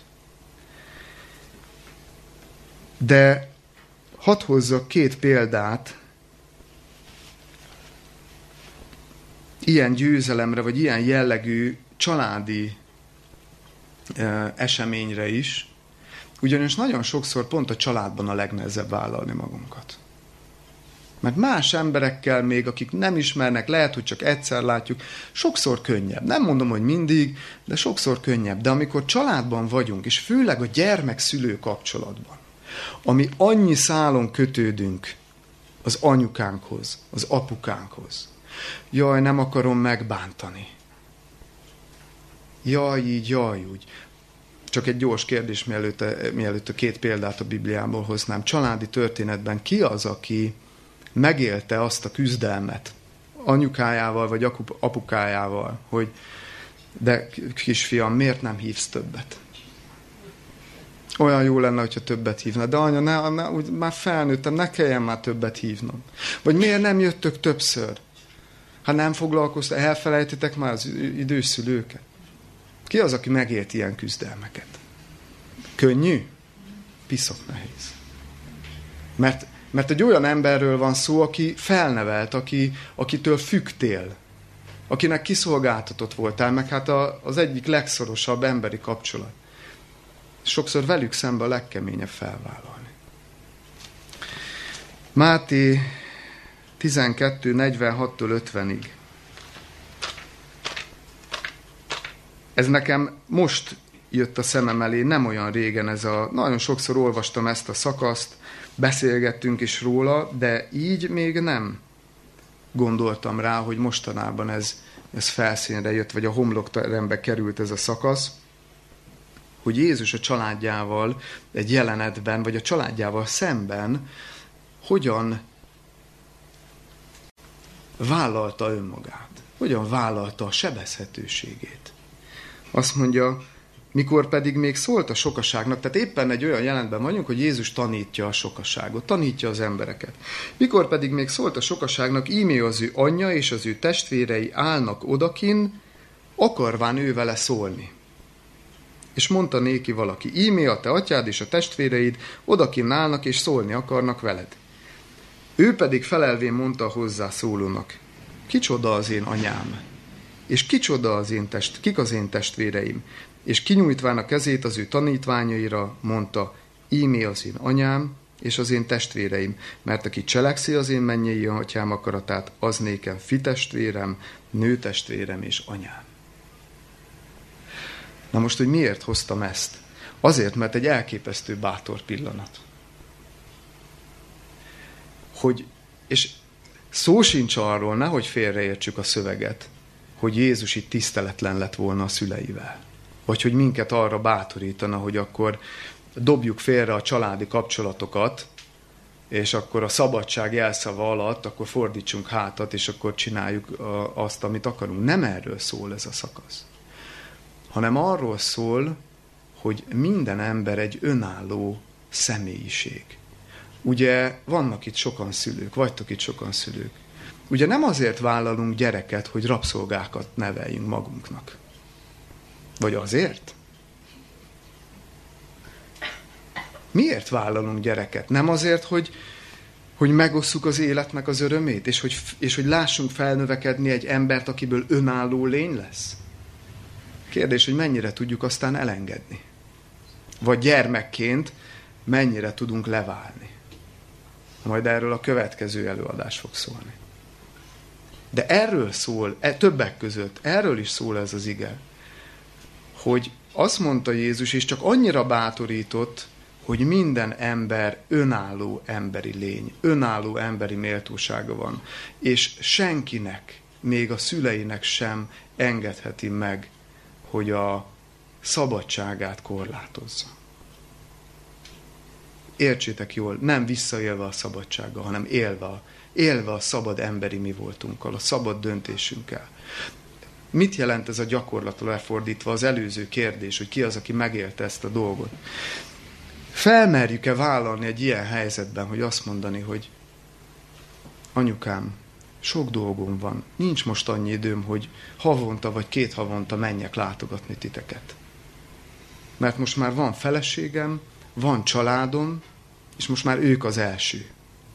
De hadd hozzak 2 példát ilyen győzelemre, vagy ilyen jellegű családi eseményre is, ugyanis nagyon sokszor pont a családban a legnehezebb vállalni magunkat. Mert más emberekkel még, akik nem ismernek, lehet, hogy csak egyszer látjuk, sokszor könnyebb. Nem mondom, hogy mindig, de sokszor könnyebb. De amikor családban vagyunk, és főleg a gyermek-szülő kapcsolatban, ami annyi szálon kötődünk az anyukánkhoz, az apukánkhoz, jaj, nem akarom megbántani. Jaj, így, jaj, úgy. Csak egy gyors kérdés, mielőtt a 2 példát a Bibliából hoznám. Családi történetben ki az, aki megélte azt a küzdelmet anyukájával vagy apukájával, hogy de kisfiam, miért nem hívsz többet? Olyan jó lenne, hogyha többet hívna. De anya, úgy már felnőttem, ne kelljen már többet hívnom. Vagy miért nem jöttök többször? Ha nem foglalkoztak, elfelejtitek már az idős szülőket. Ki az, aki megélt ilyen küzdelmeket? Könnyű? Piszok nehéz. Mert egy olyan emberről van szó, aki felnevelt, akitől függtél, akinek kiszolgáltatott voltál, meg hát az egyik legszorosabb emberi kapcsolat. Sokszor velük szemben a legkeményebb felvállalni. Máté 12:46-től 50-ig. Ez nekem most jött a szemem elé, nem olyan régen nagyon sokszor olvastam ezt a szakaszt, beszélgettünk is róla, de így még nem gondoltam rá, hogy mostanában ez felszínre jött, vagy a homlokterembe került ez a szakasz, hogy Jézus a családjával egy jelenetben, vagy a családjával szemben hogyan vállalta önmagát, hogyan vállalta a sebezhetőségét. Azt mondja, mikor pedig még szólt a sokaságnak, tehát éppen egy olyan jelentben vagyunk, hogy Jézus tanítja a sokaságot, tanítja az embereket. Mikor pedig még szólt a sokaságnak, íme az ő anyja és az ő testvérei állnak odakin, akarván ő vele szólni. És mondta néki valaki, íme a te atyád és a testvéreid odakin állnak és szólni akarnak veled. Ő pedig felelvén mondta hozzá szólónak, kicsoda az én anyám, és kicsoda kik az én testvéreim, és kinyújtván a kezét az ő tanítványaira mondta, ímé az én anyám, és az én testvéreim, mert aki cselekszi az én mennyei atyám akaratát, az nékem fitestvérem, nőtestvérem és anyám. Na most, hogy miért hoztam ezt? Azért, mert egy elképesztő bátor pillanat. És szó sincs arról, nehogy félreértsük a szöveget, hogy Jézus itt tiszteletlen lett volna a szüleivel. Vagy hogy minket arra bátorítana, hogy akkor dobjuk félre a családi kapcsolatokat, és akkor a szabadság jelszava alatt akkor fordítsunk hátat, és akkor csináljuk azt, amit akarunk. Nem erről szól ez a szakasz. Hanem arról szól, hogy minden ember egy önálló személyiség. Ugye vannak itt sokan szülők, vagytok itt sokan szülők. Ugye nem azért vállalunk gyereket, hogy rabszolgákat neveljünk magunknak. Vagy azért? Miért vállalunk gyereket? Nem azért, hogy megosszuk az életnek az örömét, és hogy lássunk felnövekedni egy embert, akiből önálló lény lesz? Kérdés, hogy mennyire tudjuk aztán elengedni. Vagy gyermekként mennyire tudunk leválni. Majd erről a következő előadás fog szólni. De erről szól, többek között, erről is szól ez az ige, hogy azt mondta Jézus, és csak annyira bátorított, hogy minden ember önálló emberi lény, önálló emberi méltósága van, és senkinek, még a szüleinek sem engedheti meg, hogy a szabadságát korlátozza. Értsétek jól, nem visszaélve a szabadsággal, hanem élve a szabad emberi mi voltunkkal, a szabad döntésünkkel. Mit jelent ez a gyakorlatra lefordítva az előző kérdés, hogy ki az, aki megélte ezt a dolgot? Felmerjük-e vállalni egy ilyen helyzetben, hogy azt mondani, hogy anyukám, sok dolgom van, nincs most annyi időm, hogy havonta vagy 2 havonta menjek látogatni titeket. Mert most már van feleségem, van családom, és most már ők az első.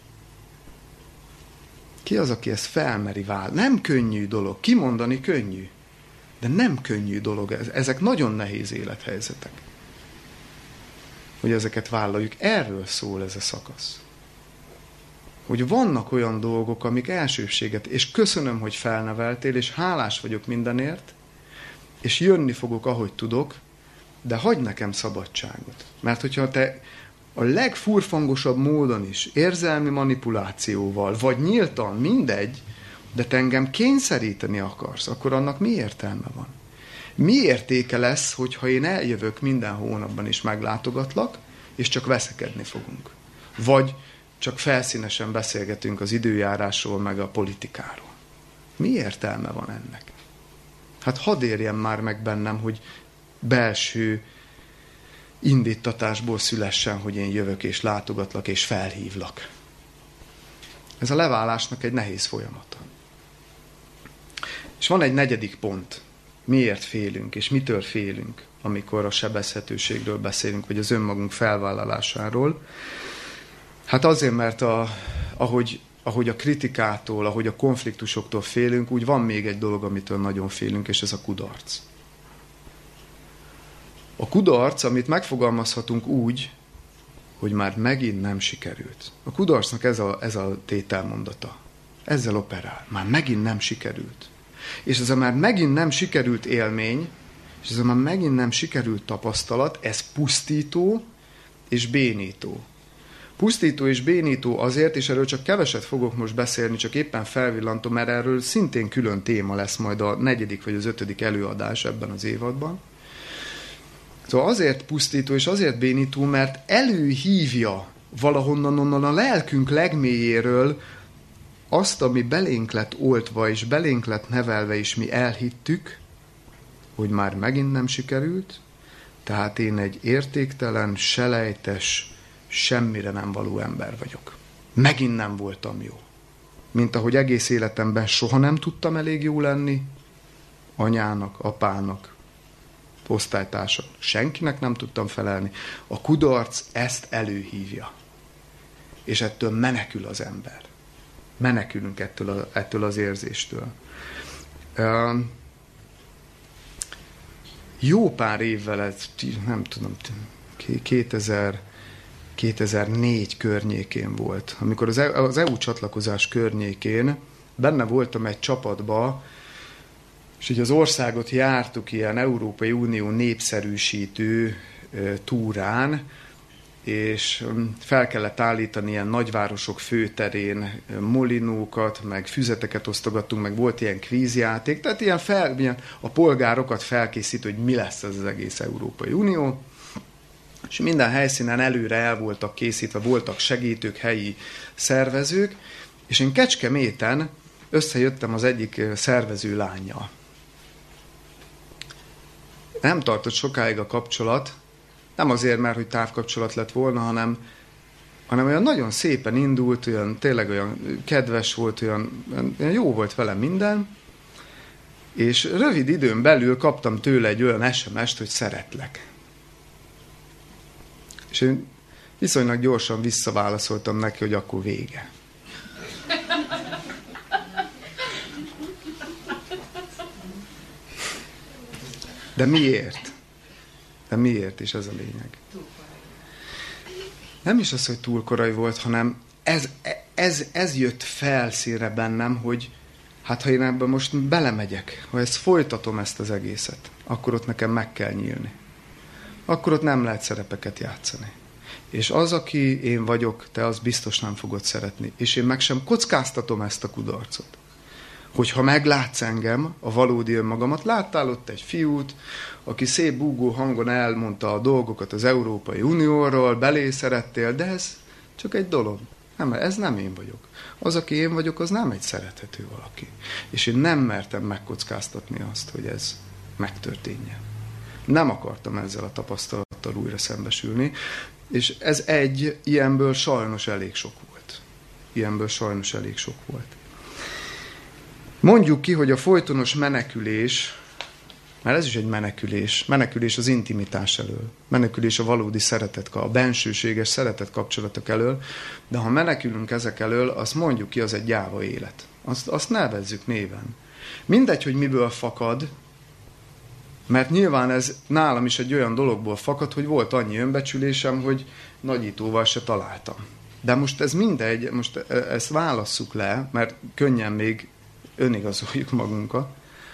Ki az, aki ezt felmeri vállalni? Nem könnyű dolog. Kimondani könnyű. De nem könnyű dolog. Ezek nagyon nehéz élethelyzetek. Hogy ezeket vállaljuk. Erről szól ez a szakasz. Hogy vannak olyan dolgok, amik elsőbséget, és köszönöm, hogy felneveltél, és hálás vagyok mindenért, és jönni fogok, ahogy tudok, de hagyj nekem szabadságot. Mert hogyha te a legfurfangosabb módon is, érzelmi manipulációval, vagy nyíltan, mindegy, de te engem kényszeríteni akarsz, akkor annak mi értelme van? Mi értéke lesz, hogyha én eljövök minden hónapban is meglátogatlak, és csak veszekedni fogunk? Vagy csak felszínesen beszélgetünk az időjárásról, meg a politikáról. Mi értelme van ennek? Hát hadd érjen már meg bennem, hogy belső indítatásból szülessen, hogy én jövök és látogatlak és felhívlak. Ez a leválásnak egy nehéz folyamata. És van egy 4. pont. Miért félünk, és mitől félünk, amikor a sebezhetőségről beszélünk, vagy az önmagunk felvállalásáról. Hát azért, mert ahogy a kritikától, ahogy a konfliktusoktól félünk, úgy van még egy dolog, amitől nagyon félünk, és ez a kudarc. A kudarc, amit megfogalmazhatunk úgy, hogy már megint nem sikerült. A kudarcnak ez a tételmondata. Ezzel operál. Már megint nem sikerült. És ez a már megint nem sikerült élmény, és ez a már megint nem sikerült tapasztalat, ez pusztító és bénító. Pusztító és bénító azért, és erről csak keveset fogok most beszélni, csak éppen felvillantom, mert erről szintén külön téma lesz majd a 4. vagy az 5. előadás ebben az évadban. Szóval azért pusztító és azért bénító, mert előhívja valahonnan onnan a lelkünk legmélyéről azt, ami belénk lett oltva és belénk lett nevelve, és mi elhittük, hogy már megint nem sikerült, tehát én egy értéktelen, selejtes, semmire nem való ember vagyok. Megint nem voltam jó. Mint ahogy egész életemben soha nem tudtam elég jó lenni, anyának, apának, osztálytársak, senkinek nem tudtam felelni. A kudarc ezt előhívja. És ettől menekül az ember. Menekülünk ettől az érzéstől. Jó pár évvel, nem tudom, 2004 környékén volt, amikor az EU csatlakozás környékén benne voltam egy csapatba, és így az országot jártuk ilyen Európai Unió népszerűsítő túrán, és fel kellett állítani ilyen nagyvárosok főterén molinókat, meg füzeteket osztogattunk, meg volt ilyen kvízjáték, tehát ilyen a polgárokat felkészítő, hogy mi lesz ez az egész Európai Unió. És minden helyszínen előre el voltak készítve, voltak segítők, helyi szervezők, és én Kecskeméten összejöttem az egyik szervező lánnyal. Nem tartott sokáig a kapcsolat, nem azért, mert hogy távkapcsolat lett volna, hanem olyan nagyon szépen indult, tényleg olyan kedves volt, olyan jó volt velem minden, és rövid időn belül kaptam tőle egy olyan SMS-t, hogy szeretlek. És én viszonylag gyorsan visszaválaszoltam neki, hogy akkor vége. De miért? De miért is ez a lényeg? Nem is az, hogy túl korai volt, hanem ez jött felszínre bennem, hogy hát ha én ebben most belemegyek, ha ezt folytatom ezt az egészet, akkor ott nekem meg kell nyílni. Akkor ott nem lehet szerepeket játszani. És az, aki én vagyok, te azt biztos nem fogod szeretni. És én meg sem kockáztatom ezt a kudarcot. Hogyha meglátsz engem, a valódi önmagamat, láttál ott egy fiút, aki szép búgó hangon elmondta a dolgokat az Európai Unióról, belé szerettél, de ez csak egy dolog. Nem, ez nem én vagyok. Az, aki én vagyok, az nem egy szerethető valaki. És én nem mertem megkockáztatni azt, hogy ez megtörténjen. Nem akartam ezzel a tapasztalattal újra szembesülni, és ez ilyenből sajnos elég sok volt. Mondjuk ki, hogy a folytonos menekülés, mert ez is egy menekülés az intimitás elől, menekülés a valódi szeretet, a bensőséges szeretet kapcsolatok elől, de ha menekülünk ezek elől, azt mondjuk ki, az egy gyáva élet. Azt nevezzük néven. Mindegy, hogy miből fakad, mert nyilván ez nálam is egy olyan dologból fakad, hogy volt annyi önbecsülésem, hogy nagyítóval se találtam. De most ez mindegy, most ezt válasszuk le, mert könnyen még önigazoljuk magunkat.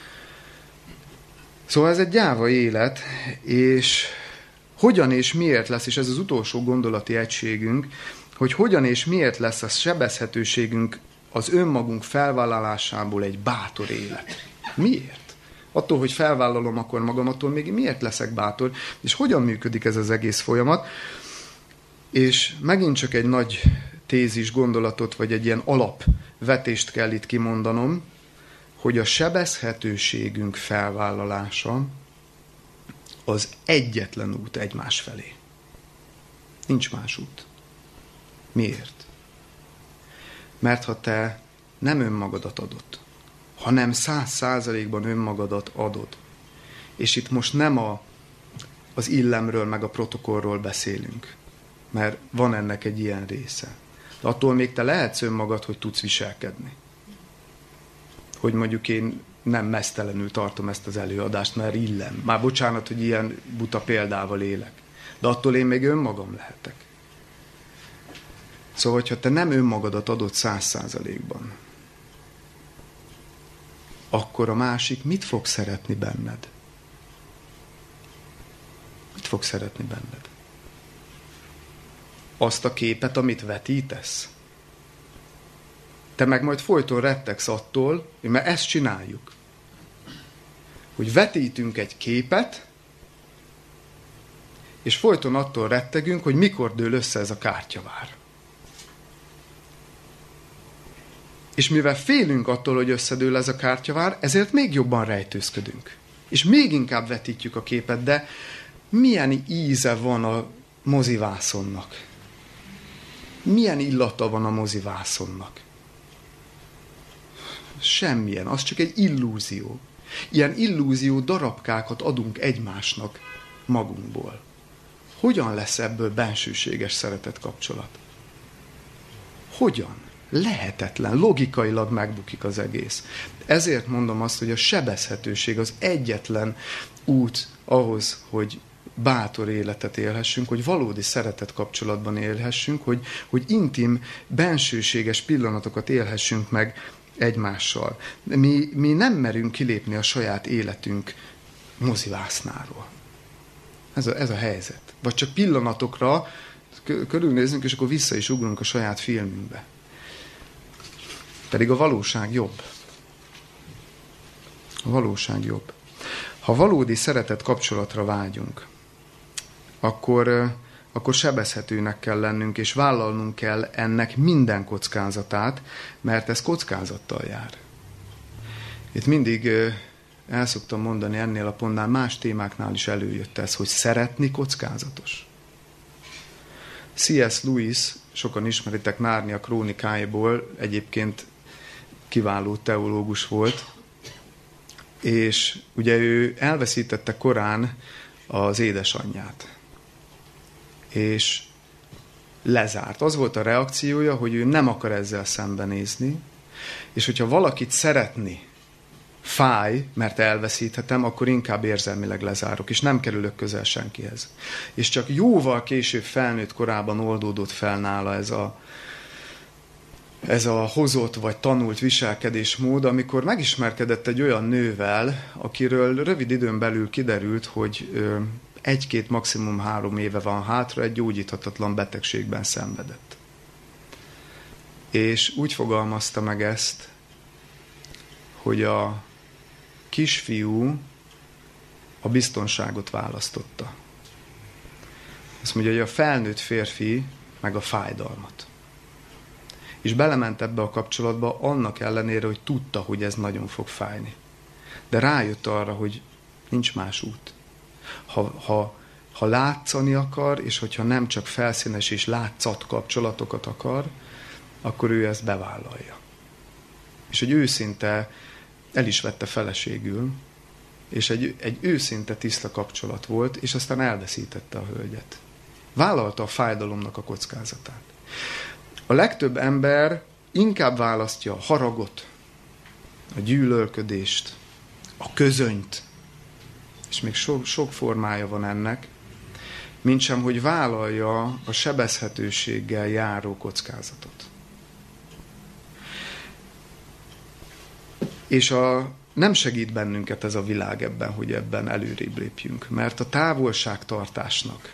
Szóval ez egy gyáva élet, és hogyan és miért lesz, és ez az utolsó gondolati egységünk, hogy hogyan és miért lesz a sebezhetőségünk az önmagunk felvállalásából egy bátor élet. Miért? Attól, hogy felvállalom akkor magamattól, még miért leszek bátor, és hogyan működik ez az egész folyamat. És megint csak egy nagy tézis gondolatot, vagy egy ilyen alapvetést kell itt kimondanom, hogy a sebezhetőségünk felvállalása az egyetlen út egymás felé. Nincs más út. Miért? Mert ha te nem önmagadat adod, hanem 100%-ban önmagadat adod, és itt most nem az illemről meg a protokollról beszélünk, mert van ennek egy ilyen része. De attól még te lehetsz önmagad, hogy tudsz viselkedni. Hogy mondjuk én nem meztelenül tartom ezt az előadást, mert illem. Már bocsánat, hogy ilyen buta példával élek. De attól én még önmagam lehetek. Szóval, hogyha te nem önmagadat adod 100%-ban, akkor a másik mit fog szeretni benned? Mit fog szeretni benned? Azt a képet, amit vetítesz? Te meg majd folyton rettegsz attól, mert ezt csináljuk. Hogy vetítünk egy képet, és folyton attól rettegünk, hogy mikor dől össze ez a kártyavár. És mivel félünk attól, hogy összedől ez a kártyavár, ezért még jobban rejtőzködünk. És még inkább vetítjük a képet, de milyen íze van a mozivászonnak? Milyen illata van a mozivászonnak? Semmilyen, az csak egy illúzió. Ilyen illúzió darabkákat adunk egymásnak magunkból. Hogyan lesz ebből bensőséges szeretet kapcsolat? Hogyan? Lehetetlen, logikailag megbukik az egész. Ezért mondom azt, hogy a sebezhetőség az egyetlen út ahhoz, hogy bátor életet élhessünk, hogy valódi szeretet kapcsolatban élhessünk, hogy intim, bensőséges pillanatokat élhessünk meg egymással. Mi nem merünk kilépni a saját életünk mozivásznáról. Ez a helyzet. Vagy csak pillanatokra körülnézzünk, és akkor vissza is ugrunk a saját filmünkbe. Pedig a valóság jobb. A valóság jobb. Ha valódi szeretet kapcsolatra vágyunk, akkor sebezhetőnek kell lennünk, és vállalnunk kell ennek minden kockázatát, mert ez kockázattal jár. Itt mindig el szoktam mondani ennél a pontnál, más témáknál is előjött ez, hogy szeretni kockázatos. C.S. Lewis, sokan ismeritek Nárnia krónikáiból, egyébként kiváló teológus volt, és ugye ő elveszítette korán az édesanyját. És lezárt. Az volt a reakciója, hogy ő nem akar ezzel szembenézni, és hogyha valakit szeretni fáj, mert elveszíthetem, akkor inkább érzelmileg lezárok, és nem kerülök közel senkihez. És csak jóval később felnőtt korában oldódott fel nála ez a hozott vagy tanult viselkedésmód, amikor megismerkedett egy olyan nővel, akiről rövid időn belül kiderült, hogy 1-2, maximum 3 éve van hátra, egy gyógyíthatatlan betegségben szenvedett. És úgy fogalmazta meg ezt, hogy a kisfiú a biztonságot választotta. Azt mondja, hogy a felnőtt férfi meg a fájdalmat. És belement ebbe a kapcsolatba annak ellenére, hogy tudta, hogy ez nagyon fog fájni. De rájött arra, hogy nincs más út. Ha látszani akar, és hogyha nem csak felszínes és látszat kapcsolatokat akar, akkor ő ezt bevállalja. És egy őszinte el is vette feleségül, és egy őszinte tiszta kapcsolat volt, és aztán elveszítette a hölgyet. Vállalta a fájdalomnak a kockázatát. A legtöbb ember inkább választja a haragot, a gyűlölködést, a közönyt, és még sok formája van ennek, mintsem, hogy vállalja a sebezhetőséggel járó kockázatot. És nem segít bennünket ez a világ ebben, hogy ebben előrébb lépjünk, mert a távolságtartásnak,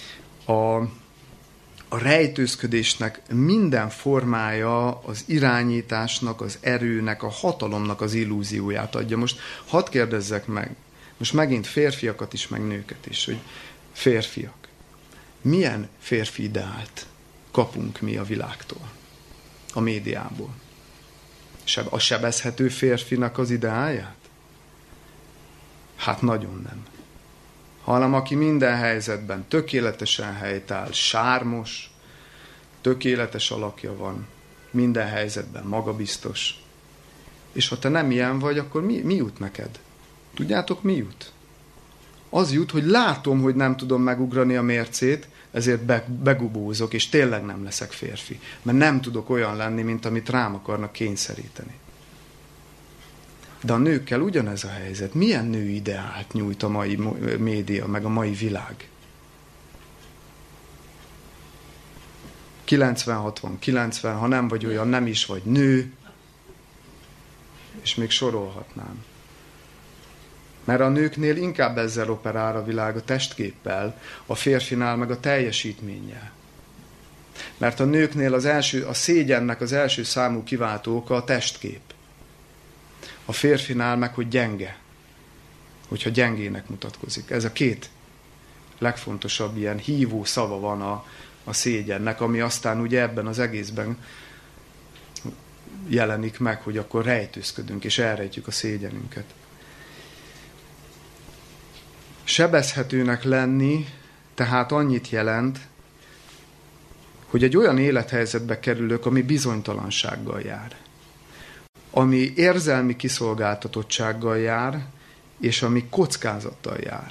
a rejtőzködésnek minden formája az irányításnak, az erőnek, a hatalomnak az illúzióját adja. Most hadd kérdezzek meg, most megint férfiakat is, meg nőket is, hogy férfiak, milyen férfi ideált kapunk mi a világtól, a médiából? A sebezhető férfinak az ideáját? Hát nagyon nem. Hanem aki minden helyzetben tökéletesen helytáll, sármos, tökéletes alakja van, minden helyzetben magabiztos. És ha te nem ilyen vagy, akkor mi jut neked? Tudjátok, mi jut? Az jut, hogy látom, hogy nem tudom megugrani a mércét, ezért begubózok, és tényleg nem leszek férfi. Mert nem tudok olyan lenni, mint amit rám akarnak kényszeríteni. De a nőkkel ugyanez a helyzet. Milyen nő ideált nyújt a mai média, meg a mai világ? 90-60-90, ha nem vagy olyan, nem is vagy nő, és még sorolhatnám. Mert a nőknél inkább ezzel operál a világ, a testképpel, a férfinál meg a teljesítménnyel. Mert a nőknél a szégyennek az első számú kiváltó oka a testkép. A férfinál meg, hogy gyenge. Hogyha gyengének mutatkozik. Ez a két legfontosabb ilyen hívó szava van a szégyennek, ami aztán ugye ebben az egészben jelenik meg, hogy akkor rejtőzködünk, és elrejtjük a szégyenünket. Sebezhetőnek lenni tehát annyit jelent, hogy egy olyan élethelyzetbe kerülök, ami bizonytalansággal jár. Ami érzelmi kiszolgáltatottsággal jár, és ami kockázattal jár.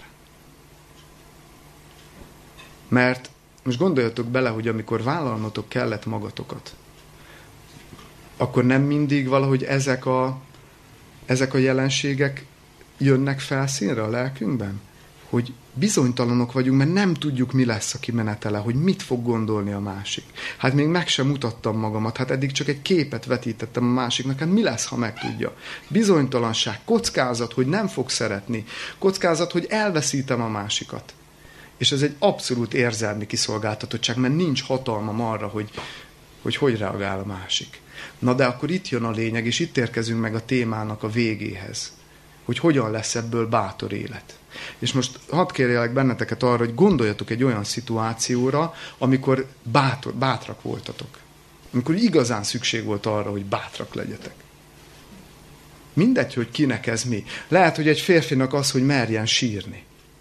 Mert most gondoljatok bele, hogy amikor vállalnotok kellett magatokat, akkor nem mindig valahogy ezek a jelenségek jönnek felszínre a lelkünkben? Hogy bizonytalanok vagyunk, mert nem tudjuk, mi lesz a kimenetele, hogy mit fog gondolni a másik. Hát még meg sem mutattam magamat, hát eddig csak egy képet vetítettem a másiknak, hát mi lesz, ha megtudja? Bizonytalanság, kockázat, hogy nem fog szeretni, kockázat, hogy elveszítem a másikat. És ez egy abszolút érzelmi kiszolgáltatottság, mert nincs hatalmam arra, hogy reagál a másik. Na de akkor itt jön a lényeg, és itt érkezünk meg a témának a végéhez, hogy hogyan lesz ebből bátor élet. És most hadd kérjelek benneteket arra, hogy gondoljatok egy olyan szituációra, amikor bátrak voltatok. Amikor igazán szükség volt arra, hogy bátrak legyetek. Mindegy, hogy kinek ez mi. Lehet, hogy egy férfinak az, hogy merjen sírni.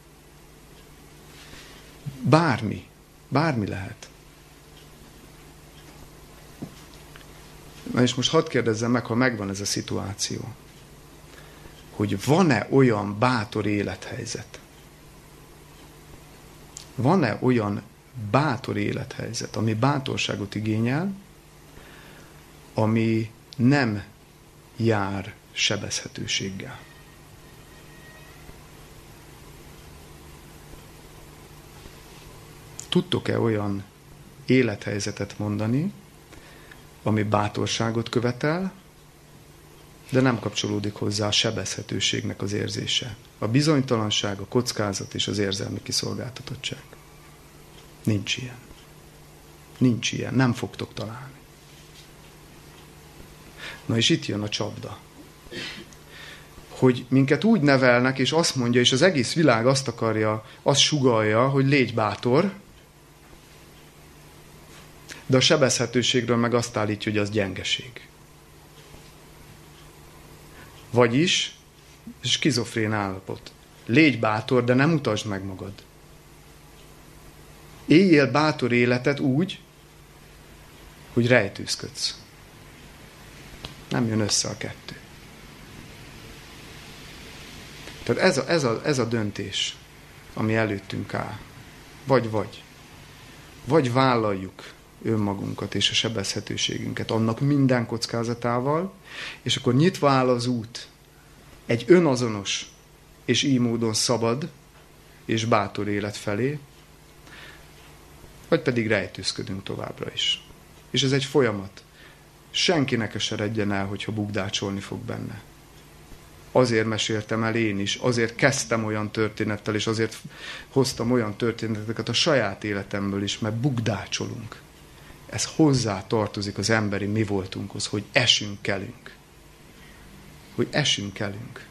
Bármi lehet. Na és most hadd kérdezzem meg, ha megvan ez a szituáció, hogy van-e olyan bátor élethelyzet? Van-e olyan bátor élethelyzet, ami bátorságot igényel, ami nem jár sebezhetőséggel? Tudtok-e olyan élethelyzetet mondani, ami bátorságot követel, de nem kapcsolódik hozzá a sebezhetőségnek az érzése? A bizonytalanság, a kockázat és az érzelmi kiszolgáltatottság. Nincs ilyen. Nincs ilyen. Nem fogtok találni. Na és itt jön a csapda. hogy minket úgy nevelnek, és azt mondja, és az egész világ azt akarja, azt sugallja, hogy légy bátor, de a sebezhetőségről meg azt állítja, hogy az gyengeség. Vagyis skizofrén állapot. Légy bátor, de nem mutasd meg magad. Éljél bátor életet úgy, hogy rejtőzködsz. Nem jön össze a kettő. Tehát ez a döntés, ami előttünk áll. Vagy vállaljuk önmagunkat és a sebezhetőségünket annak minden kockázatával, és akkor nyitva áll az út egy önazonos és így módon szabad és bátor élet felé, vagy pedig rejtőzködünk továbbra is. És ez egy folyamat. Senkinek eseredjen el, hogyha bukdácsolni fog benne. Azért meséltem el én is, azért kezdtem olyan történettel, és azért hoztam olyan történeteket a saját életemből is, mert bukdácsolunk. Ez hozzá tartozik az emberi mi voltunkhoz, hogy esünk-kelünk. Hogy esünk-kelünk.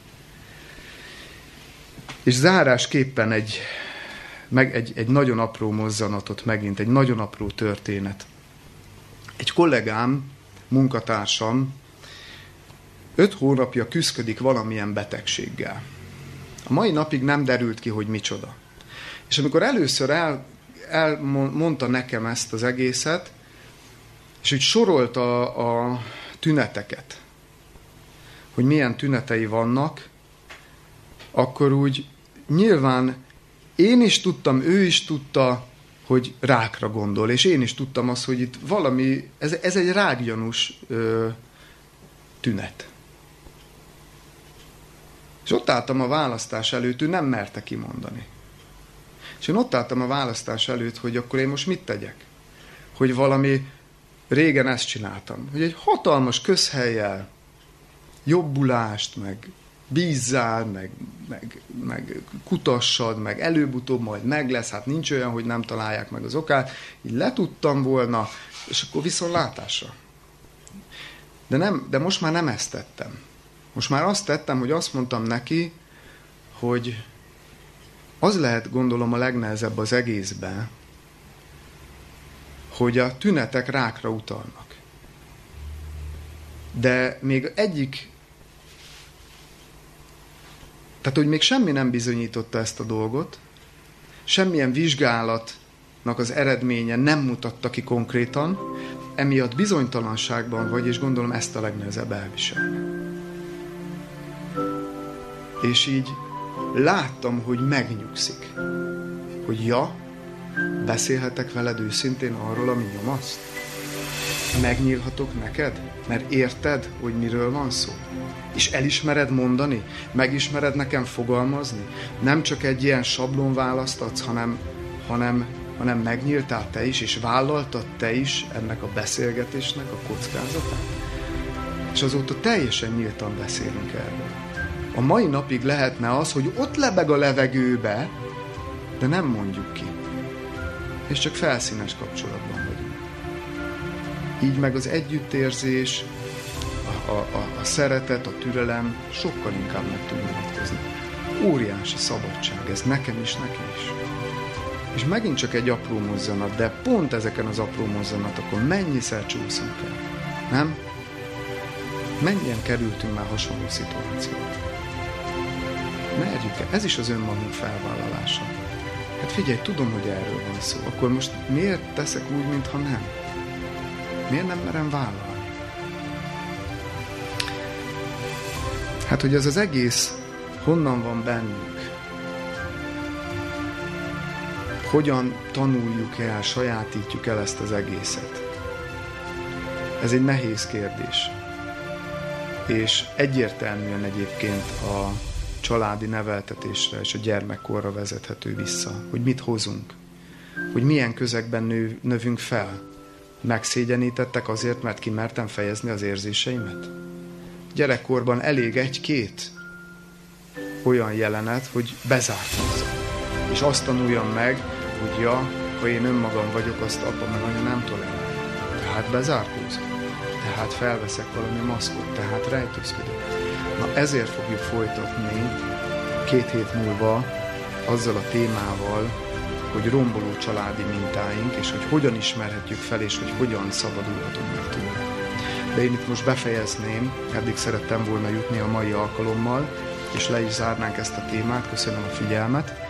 És zárásképpen egy nagyon apró mozzanatot megint, egy nagyon apró történet. Egy kollégám, munkatársam 5 hónapja küszködik valamilyen betegséggel. A mai napig nem derült ki, hogy micsoda. És amikor először elmondta nekem ezt az egészet, és úgy sorolta a tüneteket, hogy milyen tünetei vannak, akkor úgy nyilván én is tudtam, ő is tudta, hogy rákra gondol, és én is tudtam azt, hogy itt valami, ez egy rákgyanús tünet. És ott álltam a választás előtt, ő nem merte kimondani. És én ott álltam a választás előtt, hogy akkor én most mit tegyek? Hogy valami, régen ezt csináltam, hogy egy hatalmas közhellyel jobbulást, meg bízzál, meg kutassad, meg előbb-utóbb majd meg lesz, hát nincs olyan, hogy nem találják meg az okát, így letudtam volna, és akkor viszontlátásra. De most már nem ezt tettem. Most már azt tettem, hogy azt mondtam neki, hogy az lehet, gondolom, a legnehezebb az egészben, hogy a tünetek rákra utalnak. De még tehát, hogy még semmi nem bizonyította ezt a dolgot, semmilyen vizsgálatnak az eredménye nem mutatta ki konkrétan, emiatt bizonytalanságban vagy, és gondolom ezt a legnehezebb elviselni. És így láttam, hogy megnyugszik. Hogy ja, beszélhetek veled őszintén arról, ami nyomaszt? Megnyílhatok neked? Mert érted, hogy miről van szó? És elismered mondani? Megismered nekem fogalmazni? Nem csak egy ilyen sablonválaszt adsz, hanem megnyíltál te is, és vállaltad te is ennek a beszélgetésnek a kockázatát? És azóta teljesen nyíltan beszélünk erről. A mai napig lehetne az, hogy ott lebeg a levegőbe, de nem mondjuk ki. És csak felszínes kapcsolatban vagyunk. Így meg az együttérzés, a szeretet, a türelem sokkal inkább meg tud mutatkozni. Óriási szabadság, ez nekem is, neki is. És megint csak egy apró mozzanat, de pont ezeken az apró mozzanatokon mennyiszer csúszunk el. Nem? Mennyien kerültünk már hasonló szituációt. Merjük el, ez is az önmagunk felvállalása. Hát figyelj, tudom, hogy erről van szó. Akkor most miért teszek úgy, mintha nem? Miért nem merem vállalni? Hát, hogy ez az egész honnan van bennünk? Hogyan tanuljuk el, sajátítjuk el ezt az egészet? Ez egy nehéz kérdés. És egyértelműen egyébként a családi neveltetésre és a gyermekkorra vezethető vissza. Hogy mit hozunk. Hogy milyen közegben növünk fel. Megszégyenítettek azért, mert kimertem fejezni az érzéseimet? Gyerekkorban elég 1-2 olyan jelenet, hogy bezárkózzak. És azt tanuljam meg, hogy ja, ha én önmagam vagyok, azt apa meg anya nem tolerálja. Tehát bezárkózom. Tehát felveszek valami maszkot, tehát rejtőzködök. Na ezért fogjuk folytatni 2 hét múlva azzal a témával, hogy romboló családi mintáink, és hogy hogyan ismerhetjük fel, és hogy hogyan szabadulhatunk meg tőle. De én itt most befejezném, eddig szerettem volna jutni a mai alkalommal, és le is zárnánk ezt a témát. Köszönöm a figyelmet.